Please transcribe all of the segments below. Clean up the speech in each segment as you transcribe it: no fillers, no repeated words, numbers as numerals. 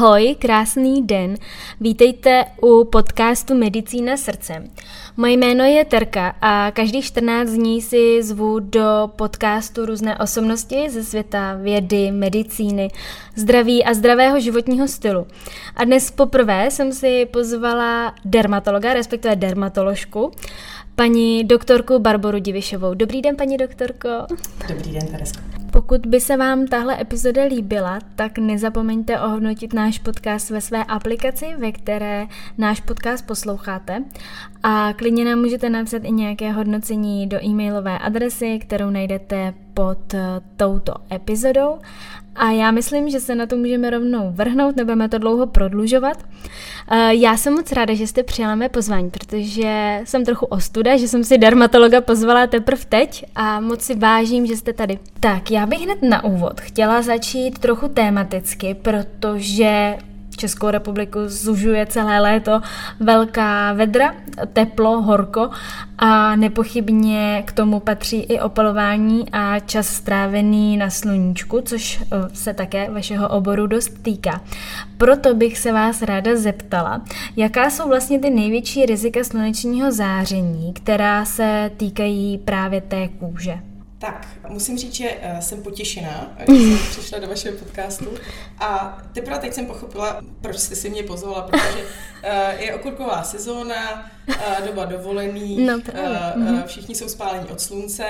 Ahoj, krásný den. Vítejte u podcastu Medicína srdcem. Moje jméno je Terka a každých 14 dní si zvu do podcastu různé osobnosti ze světa vědy, medicíny, zdraví a zdravého životního stylu. A dnes poprvé jsem si pozvala dermatologa, respektive dermatoložku, paní doktorku Barboru Divišovou. Dobrý den, paní doktorko. Dobrý den, Teresko. Pokud by se vám tahle epizoda líbila, tak nezapomeňte ohodnotit náš podcast ve své aplikaci, ve které náš podcast posloucháte. A klidně nám můžete napsat i nějaké hodnocení do e-mailové adresy, kterou najdete pod touto epizodou. A já myslím, že se na to můžeme rovnou vrhnout, nebudeme to dlouho prodlužovat. Já jsem moc ráda, že jste přijala mé pozvání, protože jsem trochu ostuda, že jsem si dermatologa pozvala teprve teď a moc si vážím, že jste tady. Tak, já bych hned na úvod chtěla začít trochu tematicky, protože Českou republiku zužuje celé léto velká vedra, teplo, horko a nepochybně k tomu patří i opalování a čas strávený na sluníčku, což se také vašeho oboru dost týká. Proto bych se vás ráda zeptala, jaká jsou vlastně ty největší rizika slunečního záření, která se týkají právě té kůže? Tak, musím říct, že jsem potěšená, když jsem přišla do vašeho podcastu a teprve teď jsem pochopila, proč jste si mě pozvala, protože je okurková sezóna, doba dovolených, všichni jsou spálení od slunce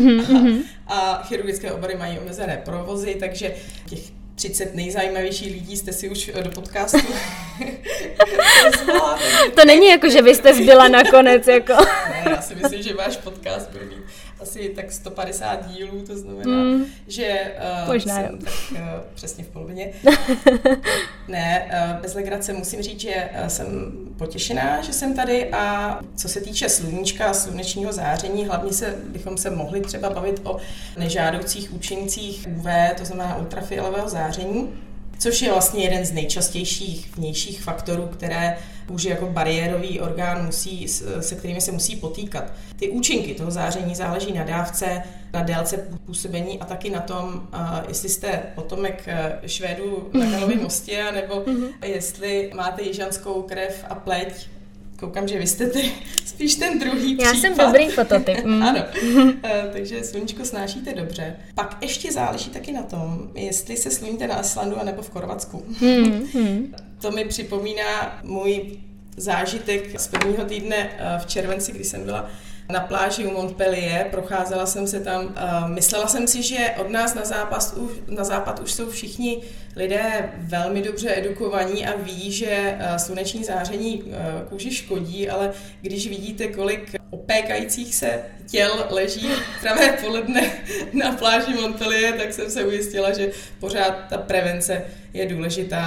a chirurgické obory mají omezené provozy, takže těch 30 nejzajímavějších lidí jste si už do podcastu pozvala. To není jako, že vy jste zbyla nakonec. Jako. Ne, já si myslím, že váš podcast bude mít asi tak 150 dílů, to znamená, že jsem tak přesně v polovině. Ne, bez legrace musím říct, že jsem potěšená, že jsem tady a co se týče sluníčka a slunečního záření, hlavně bychom se mohli třeba bavit o nežádoucích účincích UV, to znamená ultrafiolového záření, což je vlastně jeden z nejčastějších vnějších faktorů, které kůže jako bariérový orgán se kterými se musí potýkat. Ty účinky toho záření záleží na dávce, na délce působení a taky na tom, jestli jste potomek Švédů na Karlově mostě, nebo jestli máte jižanskou krev a pleť. Koukám, že vy jste spíš ten druhý případ. Já jsem dobrý fototyp. Ano, takže sluníčko snášíte dobře. Pak ještě záleží taky na tom, jestli se sluníte na Islandu anebo v Chorvatsku. To mi připomíná můj zážitek z prvního týdne v červenci, kdy jsem byla na pláži u Montpellier, procházela jsem se tam, myslela jsem si, že od nás na západ už jsou všichni lidé velmi dobře edukovaní a ví, že sluneční záření kůži škodí, ale když vidíte, kolik opékajících se těl leží pravé poledne na pláži Montpellier, tak jsem se ujistila, že pořád ta prevence je důležitá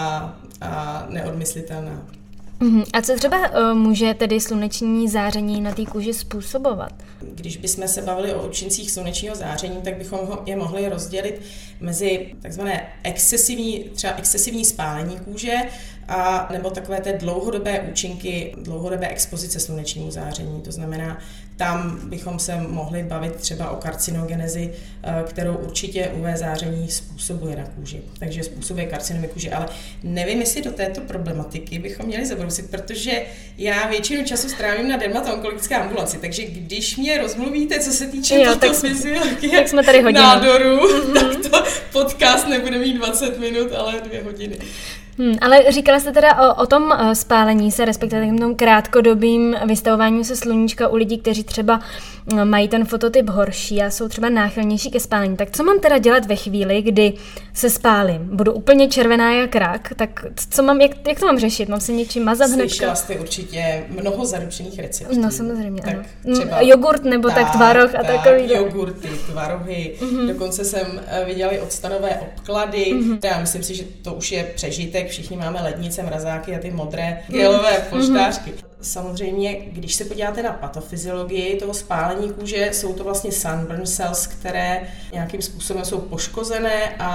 a neodmyslitelná. A co třeba může tedy sluneční záření na té kůži způsobovat? Když bychom se bavili o účincích slunečního záření, tak bychom je mohli rozdělit mezi takzvané excesivní spálení kůže a nebo takové té dlouhodobé účinky, dlouhodobé expozice slunečnímu záření. To znamená, tam bychom se mohli bavit třeba o karcinogenezi, kterou určitě UV záření způsobuje na kůži. Takže způsobuje karcinomy kůže, ale nevím, jestli do této problematiky bychom měli zabrousit, protože já většinu času strávím na dermatoonkologické ambulanci, takže když mě rozmluvíte, co se týče fyziologie nádoru, tak to podcast nebude mít 20 minut, ale 2 hodiny. Ale říkala jste teda o tom spálení se, respektive tom krátkodobým vystavování se sluníčka u lidí, kteří třeba mají ten fototyp horší a jsou třeba náchylnější ke spálení. Tak co mám teda dělat ve chvíli, kdy se spálím? Budu úplně červená jak rak, tak co mám, jak to mám řešit? Mám se něčím mazat hnedka? Slyšela jste určitě mnoho zaručených receptů. No samozřejmě, tak ano. Třeba jogurt nebo tak tvaroh a takový. Jogurty, tvarohy, dokonce jsem viděla octanové obklady. Já myslím si, že to už je přežitek, všichni máme lednice, mrazáky a ty modré gelové polštářky. Samozřejmě, když se podíváte na patofyziologii toho spálení kůže, jsou to vlastně sunburn cells, které nějakým způsobem jsou poškozené a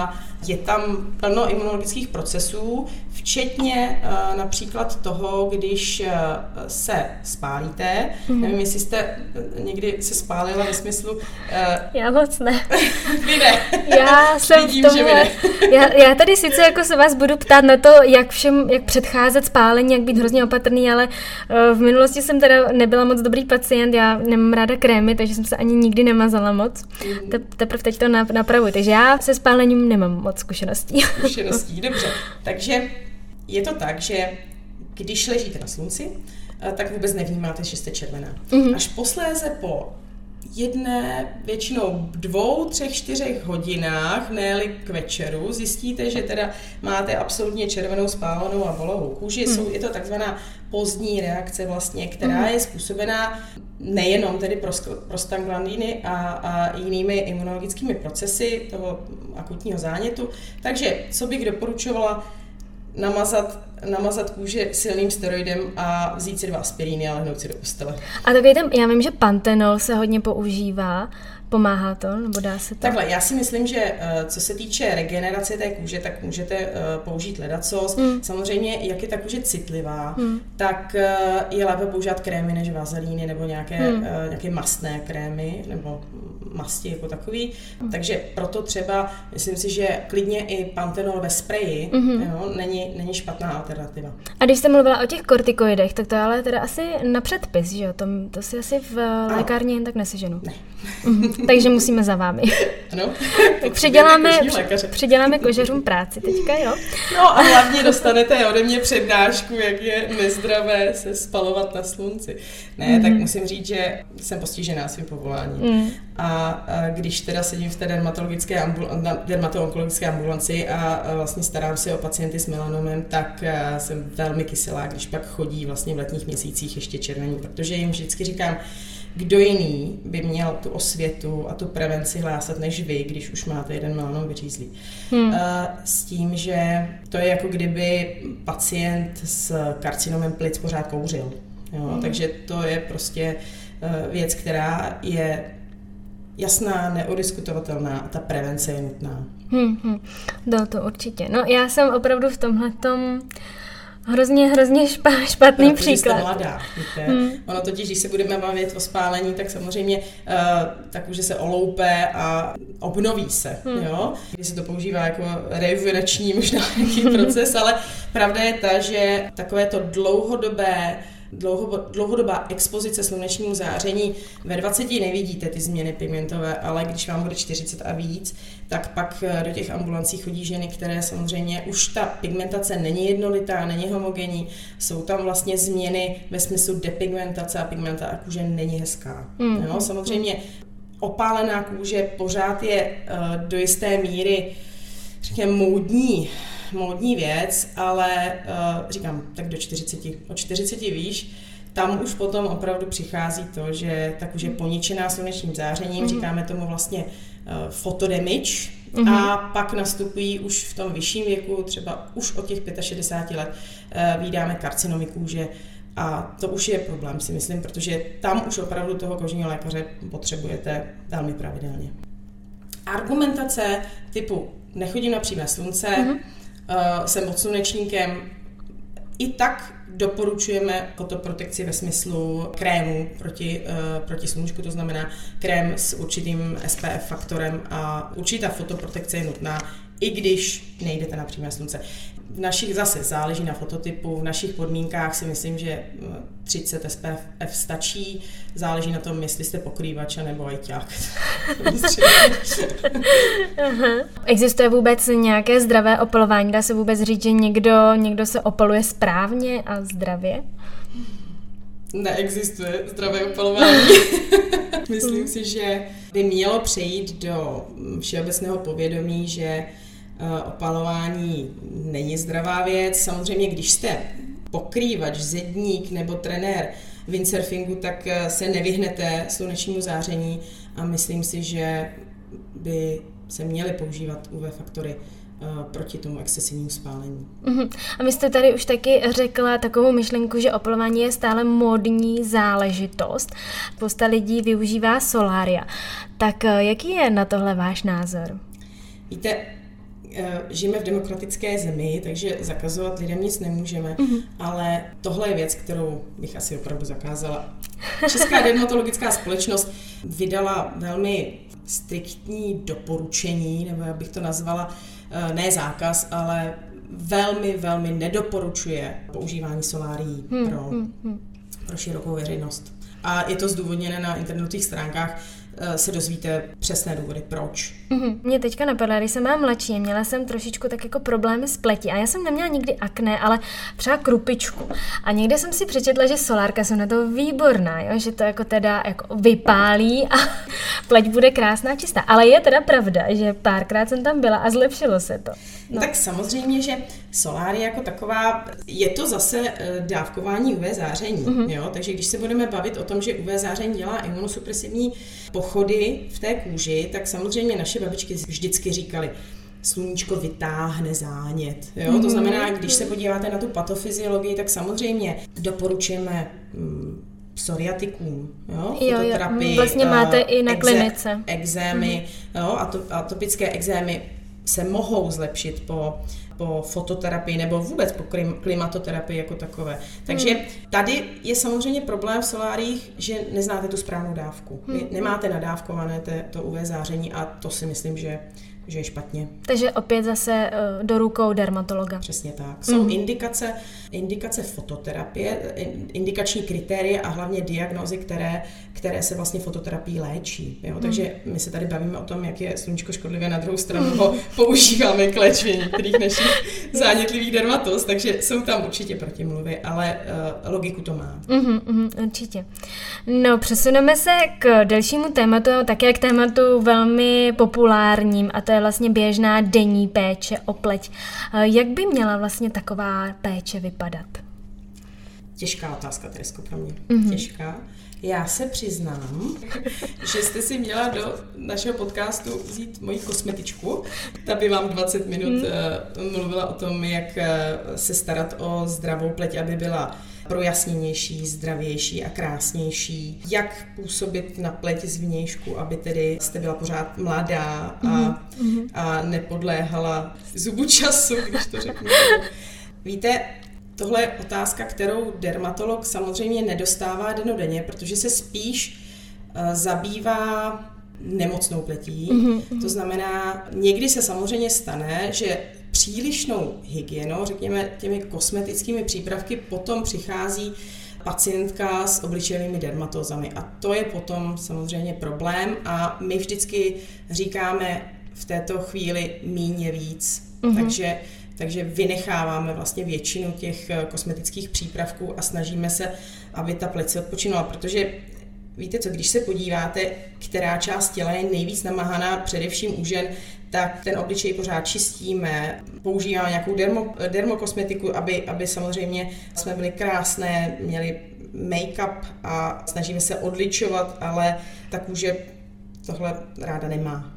je tam plno imunologických procesů, včetně například toho, když se spálíte. Nevím, jestli jste někdy se spálila ve smyslu... Já moc ne. Vy ne. Já jsem vidím, v tomhle... Já tady sice jako se vás budu ptát na to, jak předcházet spálení, jak být hrozně opatrný, ale v minulosti jsem teda nebyla moc dobrý pacient, já nemám ráda krémy, takže jsem se ani nikdy nemazala moc. Teprve teď to napravuji, takže já se spálením nemám moc zkušeností. Dobře. Takže je to tak, že když ležíte na slunci, tak vůbec nevnímáte, že jste červená. Až posléze po jedné, většinou 2, 3, 4 hodinách, ne-li k večeru, zjistíte, že teda máte absolutně červenou, spálenou a bolavou kůži. Je to takzvaná pozdní reakce vlastně, která je způsobená nejenom tedy prostaglandiny a jinými imunologickými procesy toho akutního zánětu. Takže co bych doporučovala? Namazat kůži silným steroidem a vzít si 2 aspiríny a lehnout si do postele. A takový já vím, že pantenol se hodně používá. Pomáhá to, nebo dá se to? Takhle, já si myslím, že co se týče regenerace té kůže, tak můžete použít ledacos. Samozřejmě, jak je ta kůže citlivá, tak je lépe používat krémy než vazelíny nebo nějaké mastné krémy nebo masti jako takový. Takže proto třeba, myslím si, že klidně i pantenol ve spreji není špatná alternativa. A když jste mluvila o těch kortikoidech, tak to je ale teda asi na předpis, že jo? To si asi v lékárně jen tak neseženu. Ne. Takže musíme za vámi. Ano. Tak přiděláme kožařům práci teďka, jo? No a hlavně dostanete ode mě přednášku, jak je nezdravé se spalovat na slunci. Ne, tak musím říct, že jsem postižená svým povoláním. A když teda sedím v té dermatoonkologické ambulanci a vlastně starám se o pacienty s melanomem, tak jsem velmi kyselá, když pak chodí vlastně v letních měsících ještě červení, protože jim vždycky říkám, kdo jiný by měl tu osvětu a tu prevenci hlásat než vy, když už máte jeden melanom vyřízlý. S tím, že to je jako kdyby pacient s karcinomem plic pořád kouřil. Jo? Takže to je prostě věc, která je jasná, neodiskutovatelná a ta prevence je nutná. To určitě. No já jsem opravdu v tomhletom hrozně špatný příklad. Jste mladá, víte. Ono totiž, když se budeme bavit o spálení, tak samozřejmě tak už se oloupe a obnoví se, jo. Když se to používá jako rejuvenační možná nějaký proces, ale pravda je ta, že takové to dlouhodobá expozice slunečnímu záření, ve 20 nevidíte ty změny pigmentové, ale když vám bude 40 a víc, tak pak do těch ambulancí chodí ženy, které samozřejmě už ta pigmentace není jednolitá, není homogenní, jsou tam vlastně změny ve smyslu depigmentace a pigmenta a kůže není hezká. Jo? Samozřejmě opálená kůže pořád je do jisté míry, řekněme, módní věc, ale říkám, tak od 40 výš, tam už potom opravdu přichází to, že ta kůže je poničená slunečním zářením, říkáme tomu vlastně photodamage, a pak nastupují už v tom vyšším věku, třeba už od těch 65 let, vídáme karcinomy kůže a to už je problém, si myslím, protože tam už opravdu toho kožního lékaře potřebujete velmi pravidelně. Argumentace typu nechodím na přímé slunce, jsem pod slunečníkem, i tak doporučujeme fotoprotekci ve smyslu krému proti sluníčku, to znamená krém s určitým SPF faktorem a určitá fotoprotekce je nutná, i když nejdete na přímé slunce. V našich zase záleží na fototypu, v našich podmínkách si myslím, že 30 SPF stačí, záleží na tom, jestli jste pokrývač nebo ajťák. Existuje vůbec nějaké zdravé opalování? Dá se vůbec říct, že někdo se opaluje správně a zdravě? Neexistuje zdravé opalování. Myslím si, že by mělo přejít do všeobecného povědomí, že opalování není zdravá věc. Samozřejmě, když jste pokrývač, zedník nebo trenér windsurfingu, tak se nevyhnete slunečnímu záření a myslím si, že by se měly používat UV faktory proti tomu excesivnímu spálení. A vy jste tady už taky řekla takovou myšlenku, že opalování je stále módní záležitost. Spousta lidí využívá solária. Tak jaký je na tohle váš názor? Víte, žijeme v demokratické zemi, takže zakazovat lidem nic nemůžeme, ale tohle je věc, kterou bych asi opravdu zakázala. Česká dermatologická společnost vydala velmi striktní doporučení, nebo jak bych to nazvala, ne zákaz, ale velmi, velmi nedoporučuje používání solárií pro širokou veřejnost. A je to zdůvodněné na internetových stránkách, se dozvíte přesné důvody, proč. Mě teďka napadla, když jsem byla mladší, měla jsem trošičku tak jako problémy s pletí a já jsem neměla nikdy akné, ale třeba krupičku. A někde jsem si přečetla, že solárka jsou na to výborná, jo? Že to jako teda jako vypálí a pleť bude krásná, čistá. Ale je teda pravda, že párkrát jsem tam byla a zlepšilo se to. No. Tak samozřejmě, že soláry jako taková, je to zase dávkování UV záření, jo? Takže když se budeme bavit o tom, že UV záření dělá imunosupresivní pochody v té kůži, tak samozřejmě naše babičky vždycky říkali, sluníčko vytáhne zánět. Jo? To znamená, když se podíváte na tu patofyziologii, tak samozřejmě doporučujeme psoriatikům, fototerapii, vlastně máte i na klinice. Ekzémy, atopické ekzémy se mohou zlepšit po fototerapii nebo vůbec po klimatoterapii jako takové. Takže tady je samozřejmě problém v soláriích, že neznáte tu správnou dávku. Nemáte nadávkované to UV záření a to si myslím, že je špatně. Takže opět zase do rukou dermatologa. Přesně tak. Jsou indikace fototerapie, indikační kritéria a hlavně diagnózy, které se vlastně fototerapií léčí. Jo? Takže my se tady bavíme o tom, jak je sluníčko škodlivé, na druhou stranu ho používáme k léčení některých našich zánětlivých dermatóz, takže jsou tam určitě protimluvy, ale logiku to má. Určitě. No, přesuneme se k dalšímu tématu, také k tématu velmi populárním, a to je vlastně běžná denní péče o pleť. Jak by měla vlastně taková péče vypadat? Těžká otázka, Teresko, pro mě. Těžká. Já se přiznám, že jste si měla do našeho podcastu vzít moji kosmetičku. Ta by vám 20 minut mluvila o tom, jak se starat o zdravou pleť, aby byla projasněnější, zdravější a krásnější. Jak působit na pleť zvnějšku, aby tedy jste byla pořád mladá a nepodléhala zubu času, když to řeknu. Víte, tohle je otázka, kterou dermatolog samozřejmě nedostává dennodenně, protože se spíš zabývá nemocnou pletí. To znamená, někdy se samozřejmě stane, že přílišnou hygienou, řekněme těmi kosmetickými přípravky, potom přichází pacientka s obličejovými dermatózami. A to je potom samozřejmě problém a my vždycky říkáme v této chvíli míň je víc. Takže vynecháváme vlastně většinu těch kosmetických přípravků a snažíme se, aby ta pleť se odpočinula, protože víte co, když se podíváte, která část těla je nejvíc namahaná, především u žen, tak ten obličej pořád čistíme, používáme nějakou dermokosmetiku, aby samozřejmě jsme byli krásné, měli make-up a snažíme se odličovat, ale ta kůže tohle ráda nemá.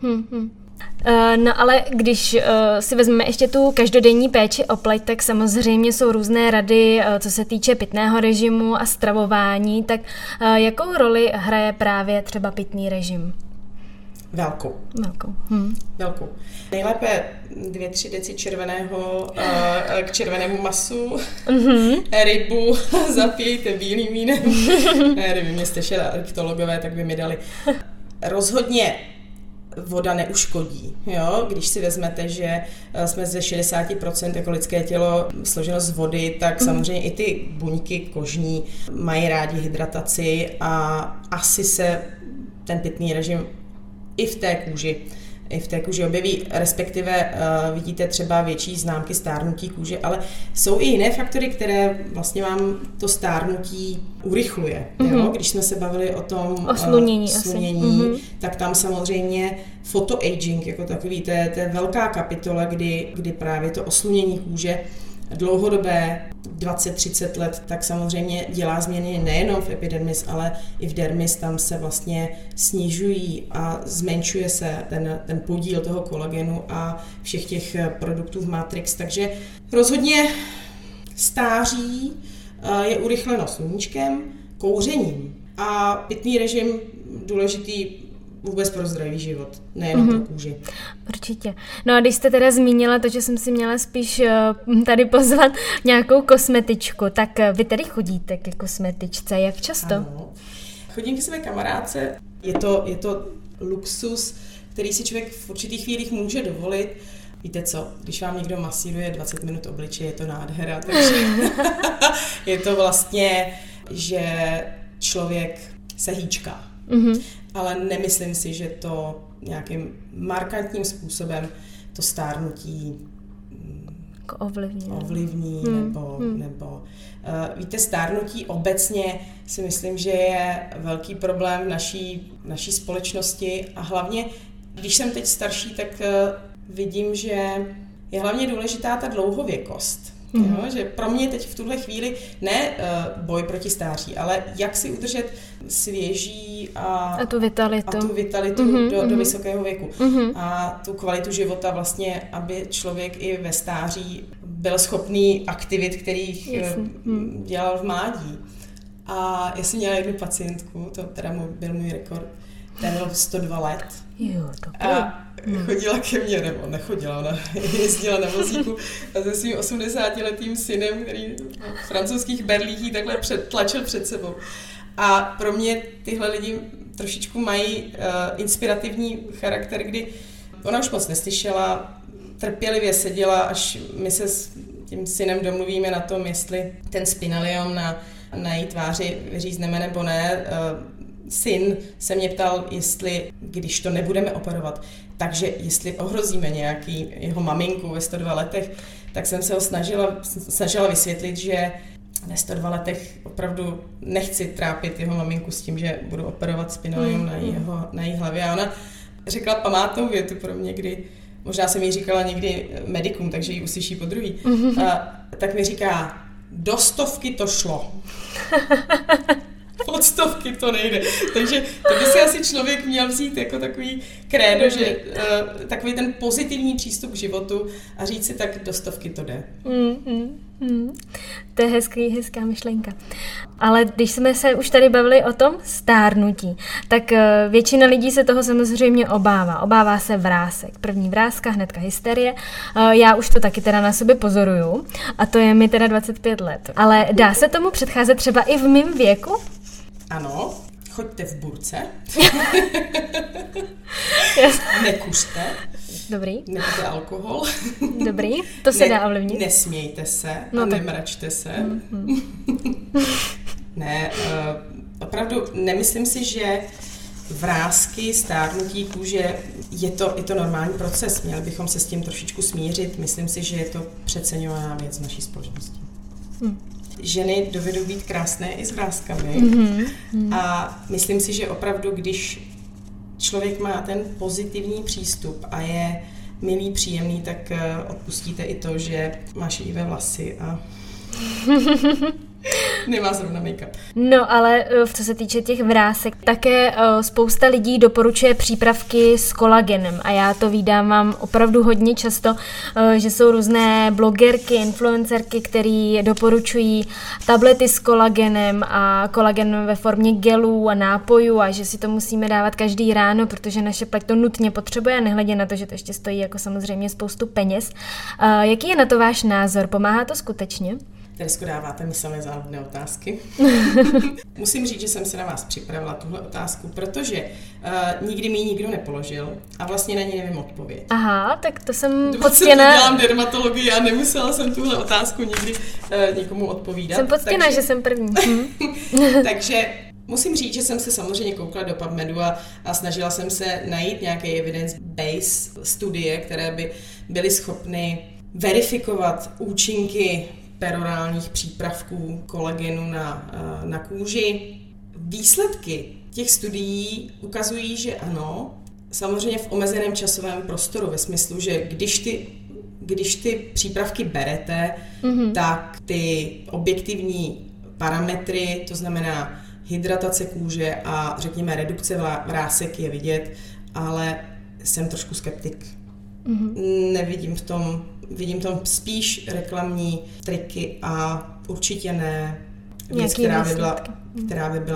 No ale když si vezmeme ještě tu každodenní péči o pleť, tak samozřejmě jsou různé rady, co se týče pitného režimu a stravování, tak jakou roli hraje právě třeba pitný režim? Velkou. Nejlépe 2-3 deci červeného k červenému masu, rybu zapijte bílým vínem. Kdyby mě slyšeli archeologové, tak by mi dali. Rozhodně voda neuškodí. Jo? Když si vezmete, že jsme ze 60% jako lidské tělo složeno z vody, tak samozřejmě i ty buňky kožní mají rádi hydrataci a asi se ten pitný režim i v té kůži objeví, respektive vidíte třeba větší známky stárnutí kůže, ale jsou i jiné faktory, které vlastně vám to stárnutí urychluje. Jo? Když jsme se bavili o tom slunění, tak tam samozřejmě photoaging jako takový, to je velká kapitola, kdy právě to oslunění kůže dlouhodobé 20-30 let, tak samozřejmě dělá změny nejenom v epidermis, ale i v dermis, tam se vlastně snižují a zmenšuje se ten podíl toho kolagenu a všech těch produktů v Matrix, takže rozhodně stáří je urychleno sluníčkem, kouřením a pitný režim důležitý vůbec pro zdravý život, nejenom pro kůži. Určitě. No a když jste teda zmínila to, že jsem si měla spíš tady pozvat nějakou kosmetičku, tak vy tedy chodíte ke kosmetičce, jak často? Ano. Chodím ke své kamarádce, je to luxus, který si člověk v určitých chvílích může dovolit. Víte co, když vám někdo masíruje 20 minut obličeje, je to nádhera, takže je to vlastně, že člověk se hýčká. Ale nemyslím si, že to nějakým markantním způsobem to stárnutí ovlivní nebo víte, stárnutí obecně si myslím, že je velký problém v naší společnosti a hlavně, když jsem teď starší, tak vidím, že je hlavně důležitá ta dlouhověkost. Jo? Že pro mě teď v tuhle chvíli ne boj proti stáří, ale jak si udržet svěží a tu vitalitu do vysokého věku. A tu kvalitu života vlastně, aby člověk i ve stáří byl schopný aktivit, kterých dělal v mládí. A já jsem měla jednu pacientku, to teda byl můj rekord, ten byl 102 let. Jo, a chodila ke mně, nebo nechodila, ona jezdila na vozíku a se svým 80letým synem, který v francouzských berlích takhle tlačil před sebou. A pro mě tyhle lidi trošičku mají inspirativní charakter, kdy ona už moc neslyšela, trpělivě seděla, až my se s tím synem domluvíme na tom, jestli ten spinaliom na její tváři vyřízneme nebo ne. Syn se mě ptal, jestli, když to nebudeme operovat, takže jestli ohrozíme nějaký jeho maminku ve 102 letech, tak jsem se ho snažila vysvětlit, že ve 102 letech opravdu nechci trápit jeho maminku s tím, že budu operovat spinalium na její hlavě. A ona řekla památnou větu pro mě, kdy možná jsem jí říkala někdy medikům, takže ji uslyší po druhý. Tak mi říká, do 100 to šlo. Od 100 to nejde. Takže to by si asi člověk měl vzít jako takový krédo, že takový ten pozitivní přístup k životu a říct si, tak do 100 to jde. To je hezká myšlenka. Ale když jsme se už tady bavili o tom stárnutí, tak většina lidí se toho samozřejmě obává. Obává se vrásek. První vrázka, hnedka hysterie. Já už to taky teda na sobě pozoruju a to je mi teda 25 let. Ale dá se tomu předcházet třeba i v mém věku? Ano, choďte v burce. Nekuřte. Dobrý. Nepijte alkohol. Dobrý, to se dá ovlivnit. Nesmějte se a nemračte se. Ne, opravdu nemyslím si, že vrásky, stárnutí kůže je to normální proces. Měli bychom se s tím trošičku smířit. Myslím si, že je to přeceňovaná věc v naší společnosti. Ženy dovedou být krásné i s vrázkami. A myslím si, že opravdu, když člověk má ten pozitivní přístup a je milý, příjemný, tak odpustíte i to, že má šedivé vlasy a nemá zrovna make-up. No ale co se týče těch vrásek, také spousta lidí doporučuje přípravky s kolagenem a já to vídám opravdu hodně často, že jsou různé blogerky, influencerky, které doporučují tablety s kolagenem a kolagen ve formě gelů a nápojů a že si to musíme dávat každý ráno, protože naše pleť to nutně potřebuje, nehledě na to, že to ještě stojí jako samozřejmě spoustu peněz. Jaký je na to váš názor? Pomáhá to skutečně? Teresko, dáváte mi samé záludné otázky. Musím říct, že jsem se na vás připravila tuhle otázku, protože nikdy mi ji nikdo nepoložil a vlastně na ní nevím odpověď. Aha, tak to jsem poctěna. Dělám dermatologii a nemusela jsem tuhle otázku nikdy nikomu odpovídat. Jsem poctěna, že jsem první. Takže musím říct, že jsem se samozřejmě koukla do PubMedu a snažila jsem se najít nějaké evidence-based studie, které by byly schopny verifikovat účinky perorálních přípravků kolagenu na kůži. Výsledky těch studií ukazují, že ano, samozřejmě v omezeném časovém prostoru, ve smyslu, že když ty přípravky berete, tak ty objektivní parametry, to znamená hydratace kůže a řekněme redukce vrásek je vidět, ale jsem trošku skeptik. Nevidím v tom, vidím tam spíš reklamní triky a určitě ne věc, která by byla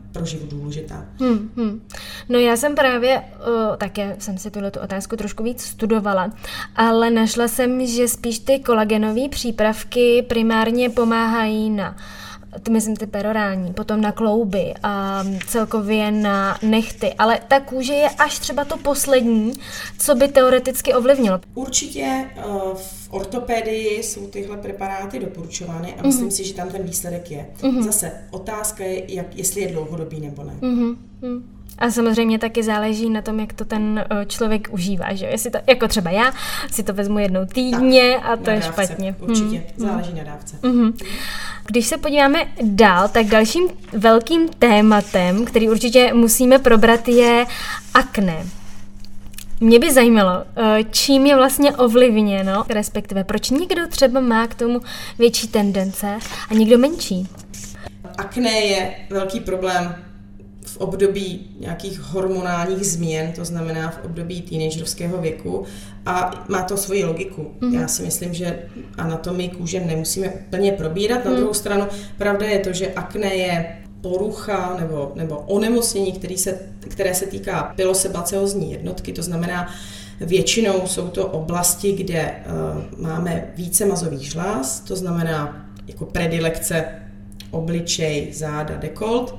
pro život důležitá. No já jsem právě, také jsem si tuhletu otázku trošku víc studovala, ale našla jsem, že spíš ty kolagenové přípravky primárně pomáhají myslím ty perorální, potom na klouby a celkově na nehty, ale ta kůže je až třeba to poslední, co by teoreticky ovlivnilo. Určitě v ortopedii jsou tyhle preparáty doporučovány a myslím si, že tam ten výsledek je. Zase otázka je, jestli je dlouhodobý nebo ne. A samozřejmě taky záleží na tom, jak to ten člověk užívá, že jestli to, jako třeba já, si to vezmu jednou týdně a to je špatně. Určitě, záleží na dávce. Když se podíváme dál, tak dalším velkým tématem, který určitě musíme probrat, je akné. Mě by zajímalo, čím je vlastně ovlivněno, respektive proč někdo třeba má k tomu větší tendence a někdo menší. Akné je velký problém v období nějakých hormonálních změn, to znamená v období teenagerovského věku a má to svoji logiku. Já si myslím, že anatomii kůže nemusíme úplně probírat. Na druhou stranu pravda je to, že akné je porucha nebo onemocnění, které se týká pilosebacéozní jednotky, to znamená většinou jsou to oblasti, kde máme více mazových žláz, to znamená jako predilekce obličej, záda, dekolt.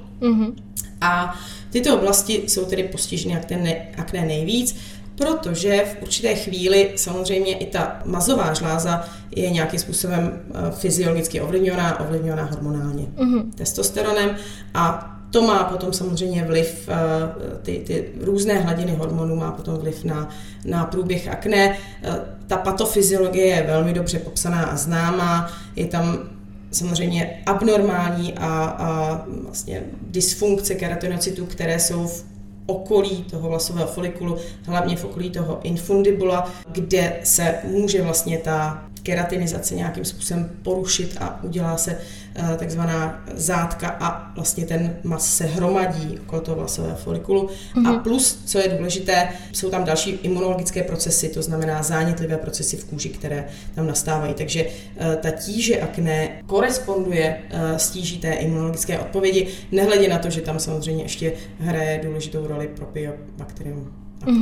A tyto oblasti jsou tedy postiženy akné nejvíc, protože v určité chvíli samozřejmě i ta mazová žláza je nějakým způsobem fyziologicky ovlivňovaná hormonálně testosteronem a to má potom samozřejmě vliv, ty různé hladiny hormonů má potom vliv na průběh akné. Ta patofyziologie je velmi dobře popsaná a známá, je tam samozřejmě abnormální a vlastně dysfunkce keratinocytů, které jsou v okolí toho vlasového folikulu, hlavně v okolí toho infundibula, kde se může vlastně ta keratinizace nějakým způsobem porušit a udělá se takzvaná zátka a vlastně ten mas se hromadí okolo toho vlasového folikulu. A plus, co je důležité, jsou tam další imunologické procesy, to znamená zánětlivé procesy v kůži, které tam nastávají. Takže ta tíže akné koresponduje s tíží té imunologické odpovědi, nehledě na to, že tam samozřejmě ještě hraje důležitou roli Propionibacterium.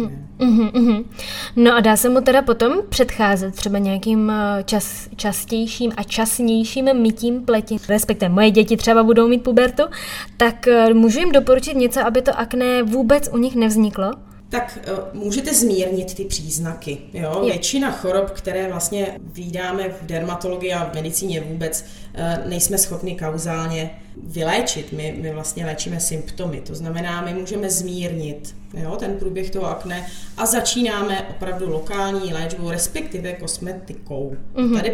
No a dá se mu teda potom předcházet třeba nějakým častějším a časnějším mytím pleti, respektive moje děti třeba budou mít pubertu, tak můžu jim doporučit něco, aby to akné vůbec u nich nevzniklo? Tak můžete zmírnit ty příznaky. Jo? Většina chorob, které vlastně vídáme v dermatologii a v medicíně vůbec, nejsme schopni kauzálně vyléčit. My vlastně léčíme symptomy. To znamená, my můžeme zmírnit ten průběh toho akné a začínáme opravdu lokální léčbou, respektive kosmetikou. Tady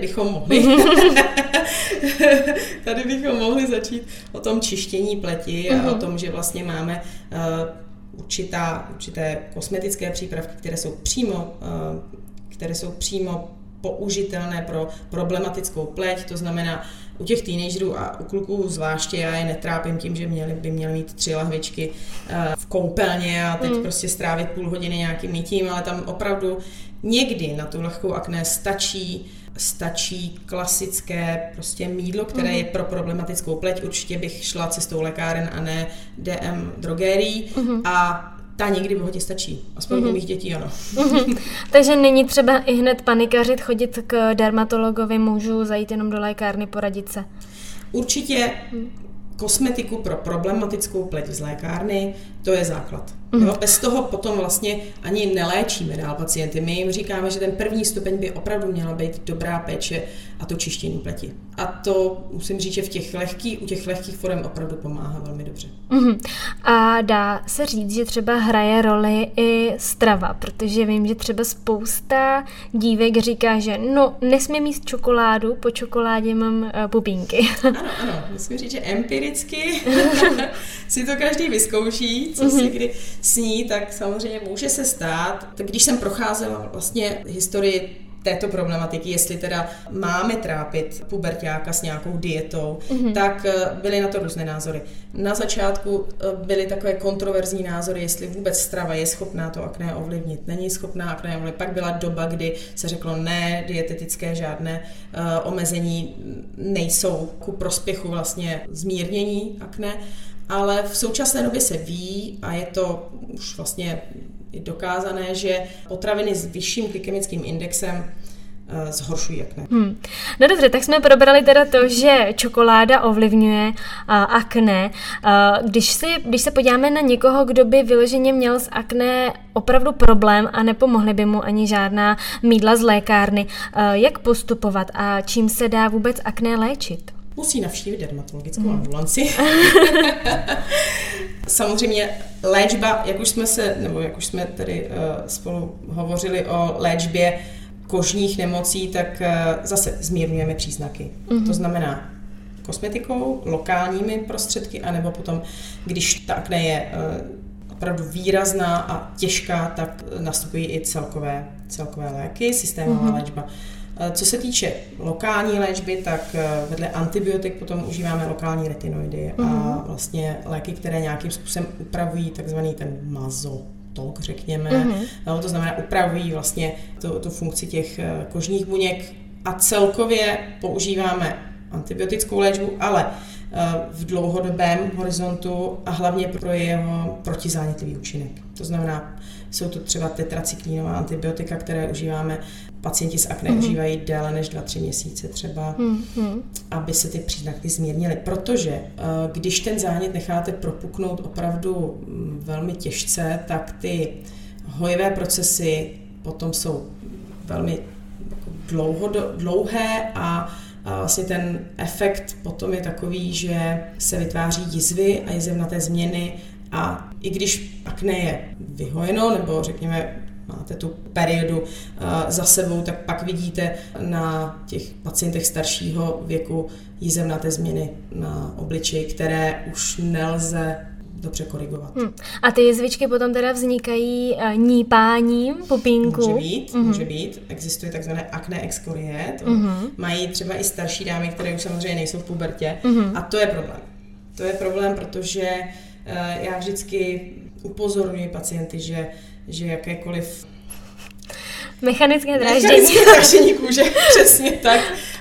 bychom mohli začít o tom čištění pleti a o tom, že vlastně máme určité kosmetické přípravky, které jsou přímo použitelné pro problematickou pleť, to znamená u těch teenagerů a u kluků zvláště, já je netrápím tím, že by měli mít 3 lahvičky v koupelně a teď prostě strávit půl hodiny nějakým mytím, ale tam opravdu někdy na tu lehkou akné stačí klasické prostě mýdlo, které je pro problematickou pleť. Určitě bych šla cestou lékáren a ne DM drogérií a ta někdy bohatě stačí. Aspoň u mých dětí, ano. Takže není třeba i hned panikařit, chodit k dermatologovi, můžu zajít jenom do lékárny, poradit se? Určitě kosmetiku pro problematickou pleť z lékárny, to je základ. Jo? Bez toho potom vlastně ani neléčíme dál pacienty. My jim říkáme, že ten první stupeň by opravdu měla být dobrá péče a to čištění pleti. A to musím říct, že u těch lehkých forem opravdu pomáhá velmi dobře. A dá se říct, že třeba hraje roli i strava, protože vím, že třeba spousta dívek říká, že nesmím jíst čokoládu, po čokoládě mám pupínky. Ano, musím říct, že empiricky si to každý vyzkouší, co si kdy sní, tak samozřejmě může se stát. Tak když jsem procházela vlastně historii této problematiky, jestli teda máme trápit puberťáka s nějakou dietou, tak byly na to různé názory. Na začátku byly takové kontroverzní názory, jestli vůbec strava je schopná to akné ovlivnit, není schopná akné ovlivnit. Pak byla doba, kdy se řeklo ne, dietetické žádné omezení nejsou ku prospěchu vlastně zmírnění akné. ale v současné době se ví a je to už vlastně dokázané, že potraviny s vyšším glykemickým indexem zhoršují akné. No dobře, tak jsme probrali teda to, že čokoláda ovlivňuje akné. Když se podíváme na někoho, kdo by vyloženě měl s akné opravdu problém a nepomohly by mu ani žádná mýdla z lékárny, jak postupovat a čím se dá vůbec akné léčit? Musí navštívit dermatologickou ambulanci. Samozřejmě léčba, jak už jsme tady spolu hovořili o léčbě kožních nemocí, tak zase zmírňujeme příznaky. To znamená kosmetikou, lokálními prostředky, anebo potom, když ta akné je opravdu výrazná a těžká, tak nastupují i celkové léky, systémová léčba. Co se týče lokální léčby, tak vedle antibiotik potom užíváme lokální retinoidy a vlastně léky, které nějakým způsobem upravují takzvaný ten mazotok, řekněme. To znamená, upravují vlastně tu funkci těch kožních buněk a celkově používáme antibiotickou léčbu, ale v dlouhodobém horizontu a hlavně pro jeho protizánětlivý účinek. To znamená, jsou to třeba tetracyklínová antibiotika, které užíváme, pacienti s akné užívají déle než 2-3 měsíce třeba, aby se ty příznaky zmírnily. Protože když ten zánět necháte propuknout opravdu velmi těžce, tak ty hojivé procesy potom jsou velmi dlouhé a vlastně ten efekt potom je takový, že se vytváří jizvy a jizevnaté změny a i když akné je vyhojeno, nebo řekněme máte tu periodu za sebou, tak pak vidíte na těch pacientech staršího věku jizevnaté změny na obličeji, které už nelze dobře korigovat. A ty jizvičky potom teda vznikají nípáním pupínku? Může být. Existuje takzvané akné excoriae. Mají třeba i starší dámy, které už samozřejmě nejsou v pubertě. A to je problém. To je problém, protože já vždycky upozorňuji pacienty, že jakékoliv mechanické dráždění kůže, přesně tak,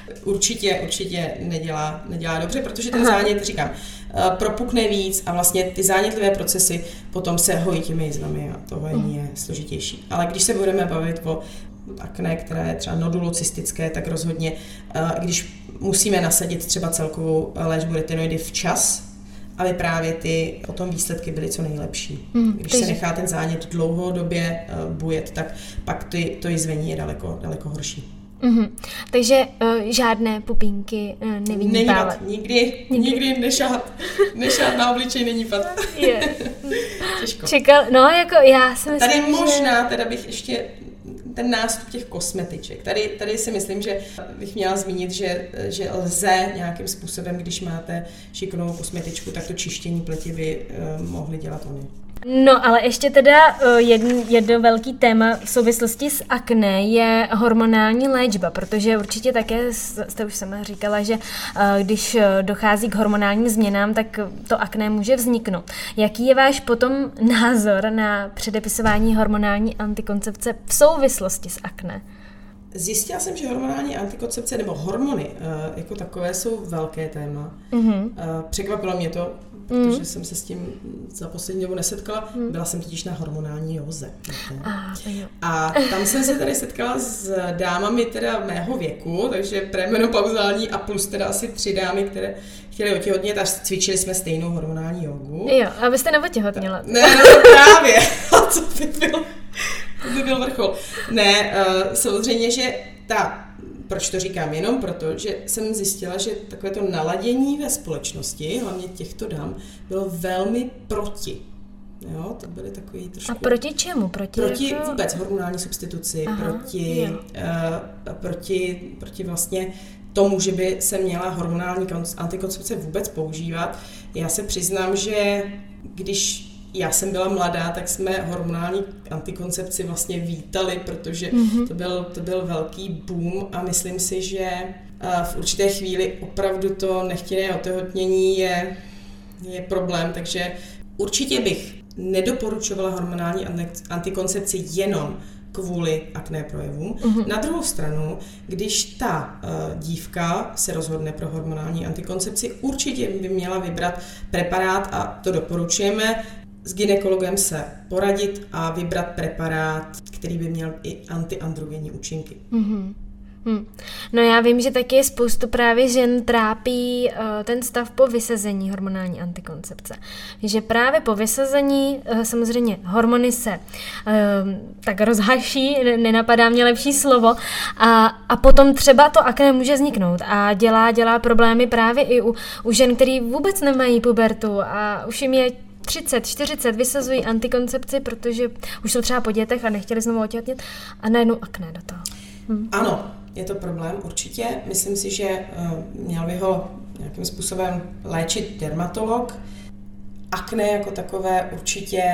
určitě nedělá dobře, protože ten zánět, říkám, propukne víc a vlastně ty zánětlivé procesy potom se hojí těmi jizvami a to hojení je složitější. Ale když se budeme bavit o akné, které je třeba nodulocystické, tak rozhodně, když musíme nasadit třeba celkovou léčbu retinoidy včas, aby právě ty potom výsledky byly co nejlepší. Když se nechá ten zánět dlouhodobě bujet, tak pak to jizvení je daleko horší. Takže žádné pupínky nevynípávat. Nikdy nešahat na obličej nenípat. Těžko. Já si myslím, tady možná teda bych ještě ten nástup těch kosmetiček. Tady si myslím, že bych měla zmínit, že lze nějakým způsobem, když máte šikovnou kosmetičku, tak to čištění pleti by mohly dělat oni. No, ale ještě teda jedno velký téma v souvislosti s akné je hormonální léčba, protože určitě také jste už sama říkala, že když dochází k hormonálním změnám, tak to akné může vzniknout. Jaký je váš potom názor na předepisování hormonální antikoncepce v souvislosti s akné? Zjistila jsem, že hormonální antikoncepce nebo hormony jako takové jsou velké téma. Překvapilo mě to, protože jsem se s tím za poslední dobu nesetkala. Byla jsem totiž na hormonální józe. A tam jsem se tady setkala s dámami teda mého věku, takže premenopauzální a plus teda asi 3 dámy, které chtěly otěhotnět a cvičili jsme stejnou hormonální jógu. Jo, a vy jste neotěhotněla. Ne, právě. A co by byl vrchol. Ne, samozřejmě, že proč to říkám? Jenom proto, že jsem zjistila, že takové to naladění ve společnosti, hlavně těchto dám, bylo velmi proti. Jo, to byly takový trošku... A proti čemu? Proti vůbec hormonální substituci, proti vlastně tomu, že by se měla hormonální antikoncepce vůbec používat. Já se přiznám, že když já jsem byla mladá, tak jsme hormonální antikoncepci vlastně vítali, protože to byl velký boom a myslím si, že v určité chvíli opravdu to nechtěné otěhotnění je problém, takže určitě bych nedoporučovala hormonální antikoncepci jenom kvůli akné projevům. Na druhou stranu, když ta dívka se rozhodne pro hormonální antikoncepci, určitě by měla vybrat preparát, a to doporučujeme, s gynekologem se poradit a vybrat preparát, který by měl i antiandrogenní účinky. No já vím, že taky je spoustu právě žen trápí ten stav po vysazení hormonální antikoncepce. Že právě po vysazení samozřejmě hormony se tak rozhaší, nenapadá mě lepší slovo, a potom třeba to akné může vzniknout a dělá problémy právě i u žen, který vůbec nemají pubertu a už jim je 30, 40, vysazují antikoncepci, protože už jsou třeba po dětech a nechtěli znovu otěhotnět a najednou akné do toho. Ano, je to problém určitě. Myslím si, že měl by ho nějakým způsobem léčit dermatolog. Akné jako takové určitě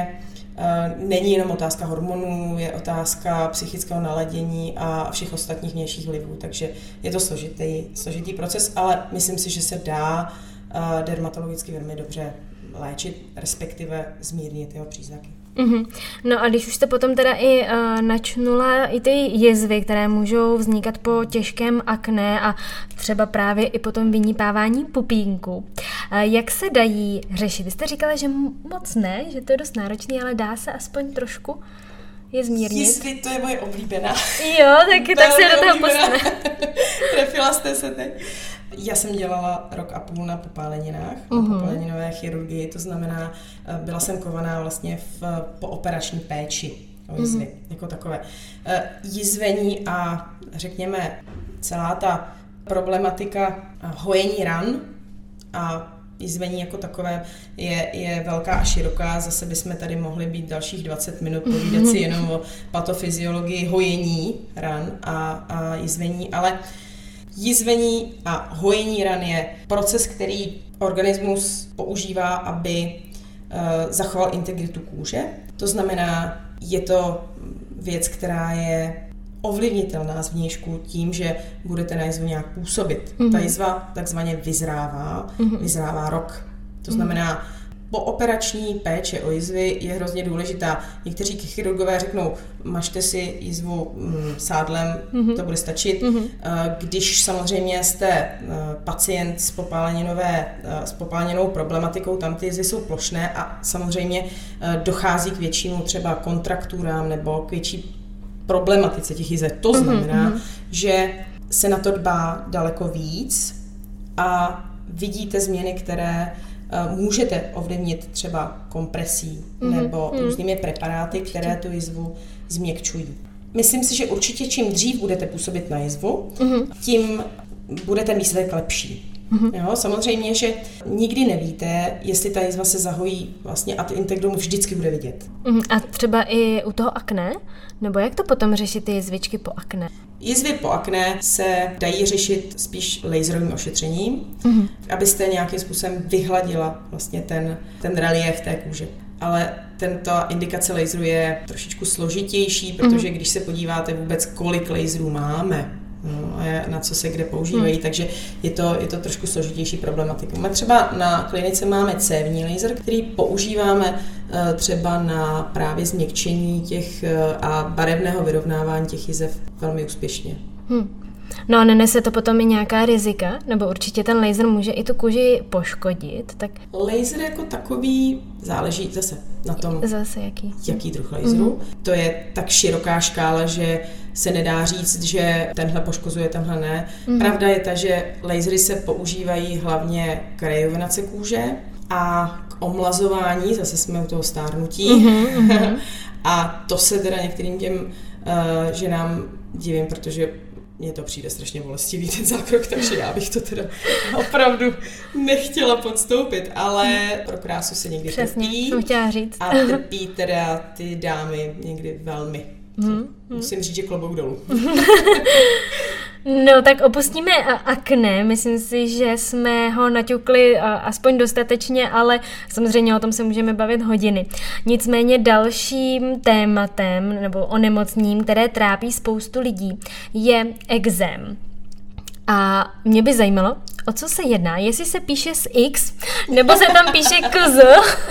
není jenom otázka hormonů, je otázka psychického naladění a všech ostatních vnějších vlivů, takže je to složitý proces, ale myslím si, že se dá dermatologicky velmi dobře léčit, respektive zmírnit jeho příznaky. No a když už jste potom teda i načnula i ty jizvy, které můžou vznikat po těžkém akné a třeba právě i potom vynípávání pupínku, jak se dají řešit? Vy jste říkala, že moc ne, že to je dost náročný, ale dá se aspoň trošku je zmírnit. Jizvy, to je moje oblíbená. Jo, tak se do toho postavíme. Trefila jste se teď. Já jsem dělala 1,5 roku na popáleninách, na popáleninové chirurgii, to znamená, byla jsem kovaná vlastně v pooperační péči o jizvy, jako takové. Jizvení a řekněme celá ta problematika hojení ran a jizvení jako takové je velká a široká. Zase bychom tady mohli být dalších 20 minut povídat si jenom o patofyziologii hojení ran a jizvení, ale jizvení a hojení ran je proces, který organismus používá, aby zachoval integritu kůže. To znamená, je to věc, která je ovlivnitelná zvnějšku tím, že budete na jizvu nějak působit. Ta jizva takzvaně vyzrává rok. To znamená, pooperační péče o jizvy je hrozně důležitá. Někteří chirurgové řeknou, mažte si jizvu sádlem, to bude stačit. Když samozřejmě jste pacient s popáleninou problematikou, tam ty jizvy jsou plošné a samozřejmě dochází k většímu třeba kontrakturám nebo k větší problematice těch jizev. To znamená, že se na to dbá daleko víc a vidíte změny, které můžete ovlivnit třeba kompresí nebo různými preparáty, které tu jizvu změkčují. Myslím si, že určitě čím dřív budete působit na jizvu, tím bude ten výsledek lepší. Jo, samozřejmě, že nikdy nevíte, jestli ta jizva se zahojí vlastně a ten integrum vždycky bude vidět. A třeba i u toho akné? Nebo jak to potom řešit ty jizvičky po akné? Jizvy po akné se dají řešit spíš laserovým ošetřením, abyste nějakým způsobem vyhladila vlastně ten relief té kůže. Ale tento indikace laseru je trošičku složitější, protože když se podíváte vůbec, kolik laserů máme, no, a na co se kde používají, takže je to trošku složitější problematika. My třeba na klinice máme cévní laser, který používáme třeba na právě změkčení těch a barevného vyrovnávání těch jizev velmi úspěšně. No a nenese to potom i nějaká rizika? Nebo určitě ten laser může i tu kůži poškodit? Tak... Laser jako takový záleží zase na tom, zase jaký druh laseru. To je tak široká škála, že se nedá říct, že tenhle poškozuje, tenhle ne. Pravda je ta, že lasery se používají hlavně k rejuvenaci kůže a k omlazování, zase jsme u toho stárnutí. A to se teda některým těm ženám divím, protože mně to přijde strašně bolestivý ten zákrok, takže já bych to teda opravdu nechtěla podstoupit, ale pro krásu se někdy trpí. Chtěla říct. A trpí teda ty dámy někdy velmi. Musím říct, že klobouk dolů. No tak opustíme akné, myslím si, že jsme ho naťukli aspoň dostatečně, ale samozřejmě o tom se můžeme bavit hodiny. Nicméně dalším tématem nebo onemocněním, které trápí spoustu lidí, je ekzém. A mě by zajímalo, o co se jedná, jestli se píše s X, nebo se tam píše KZ,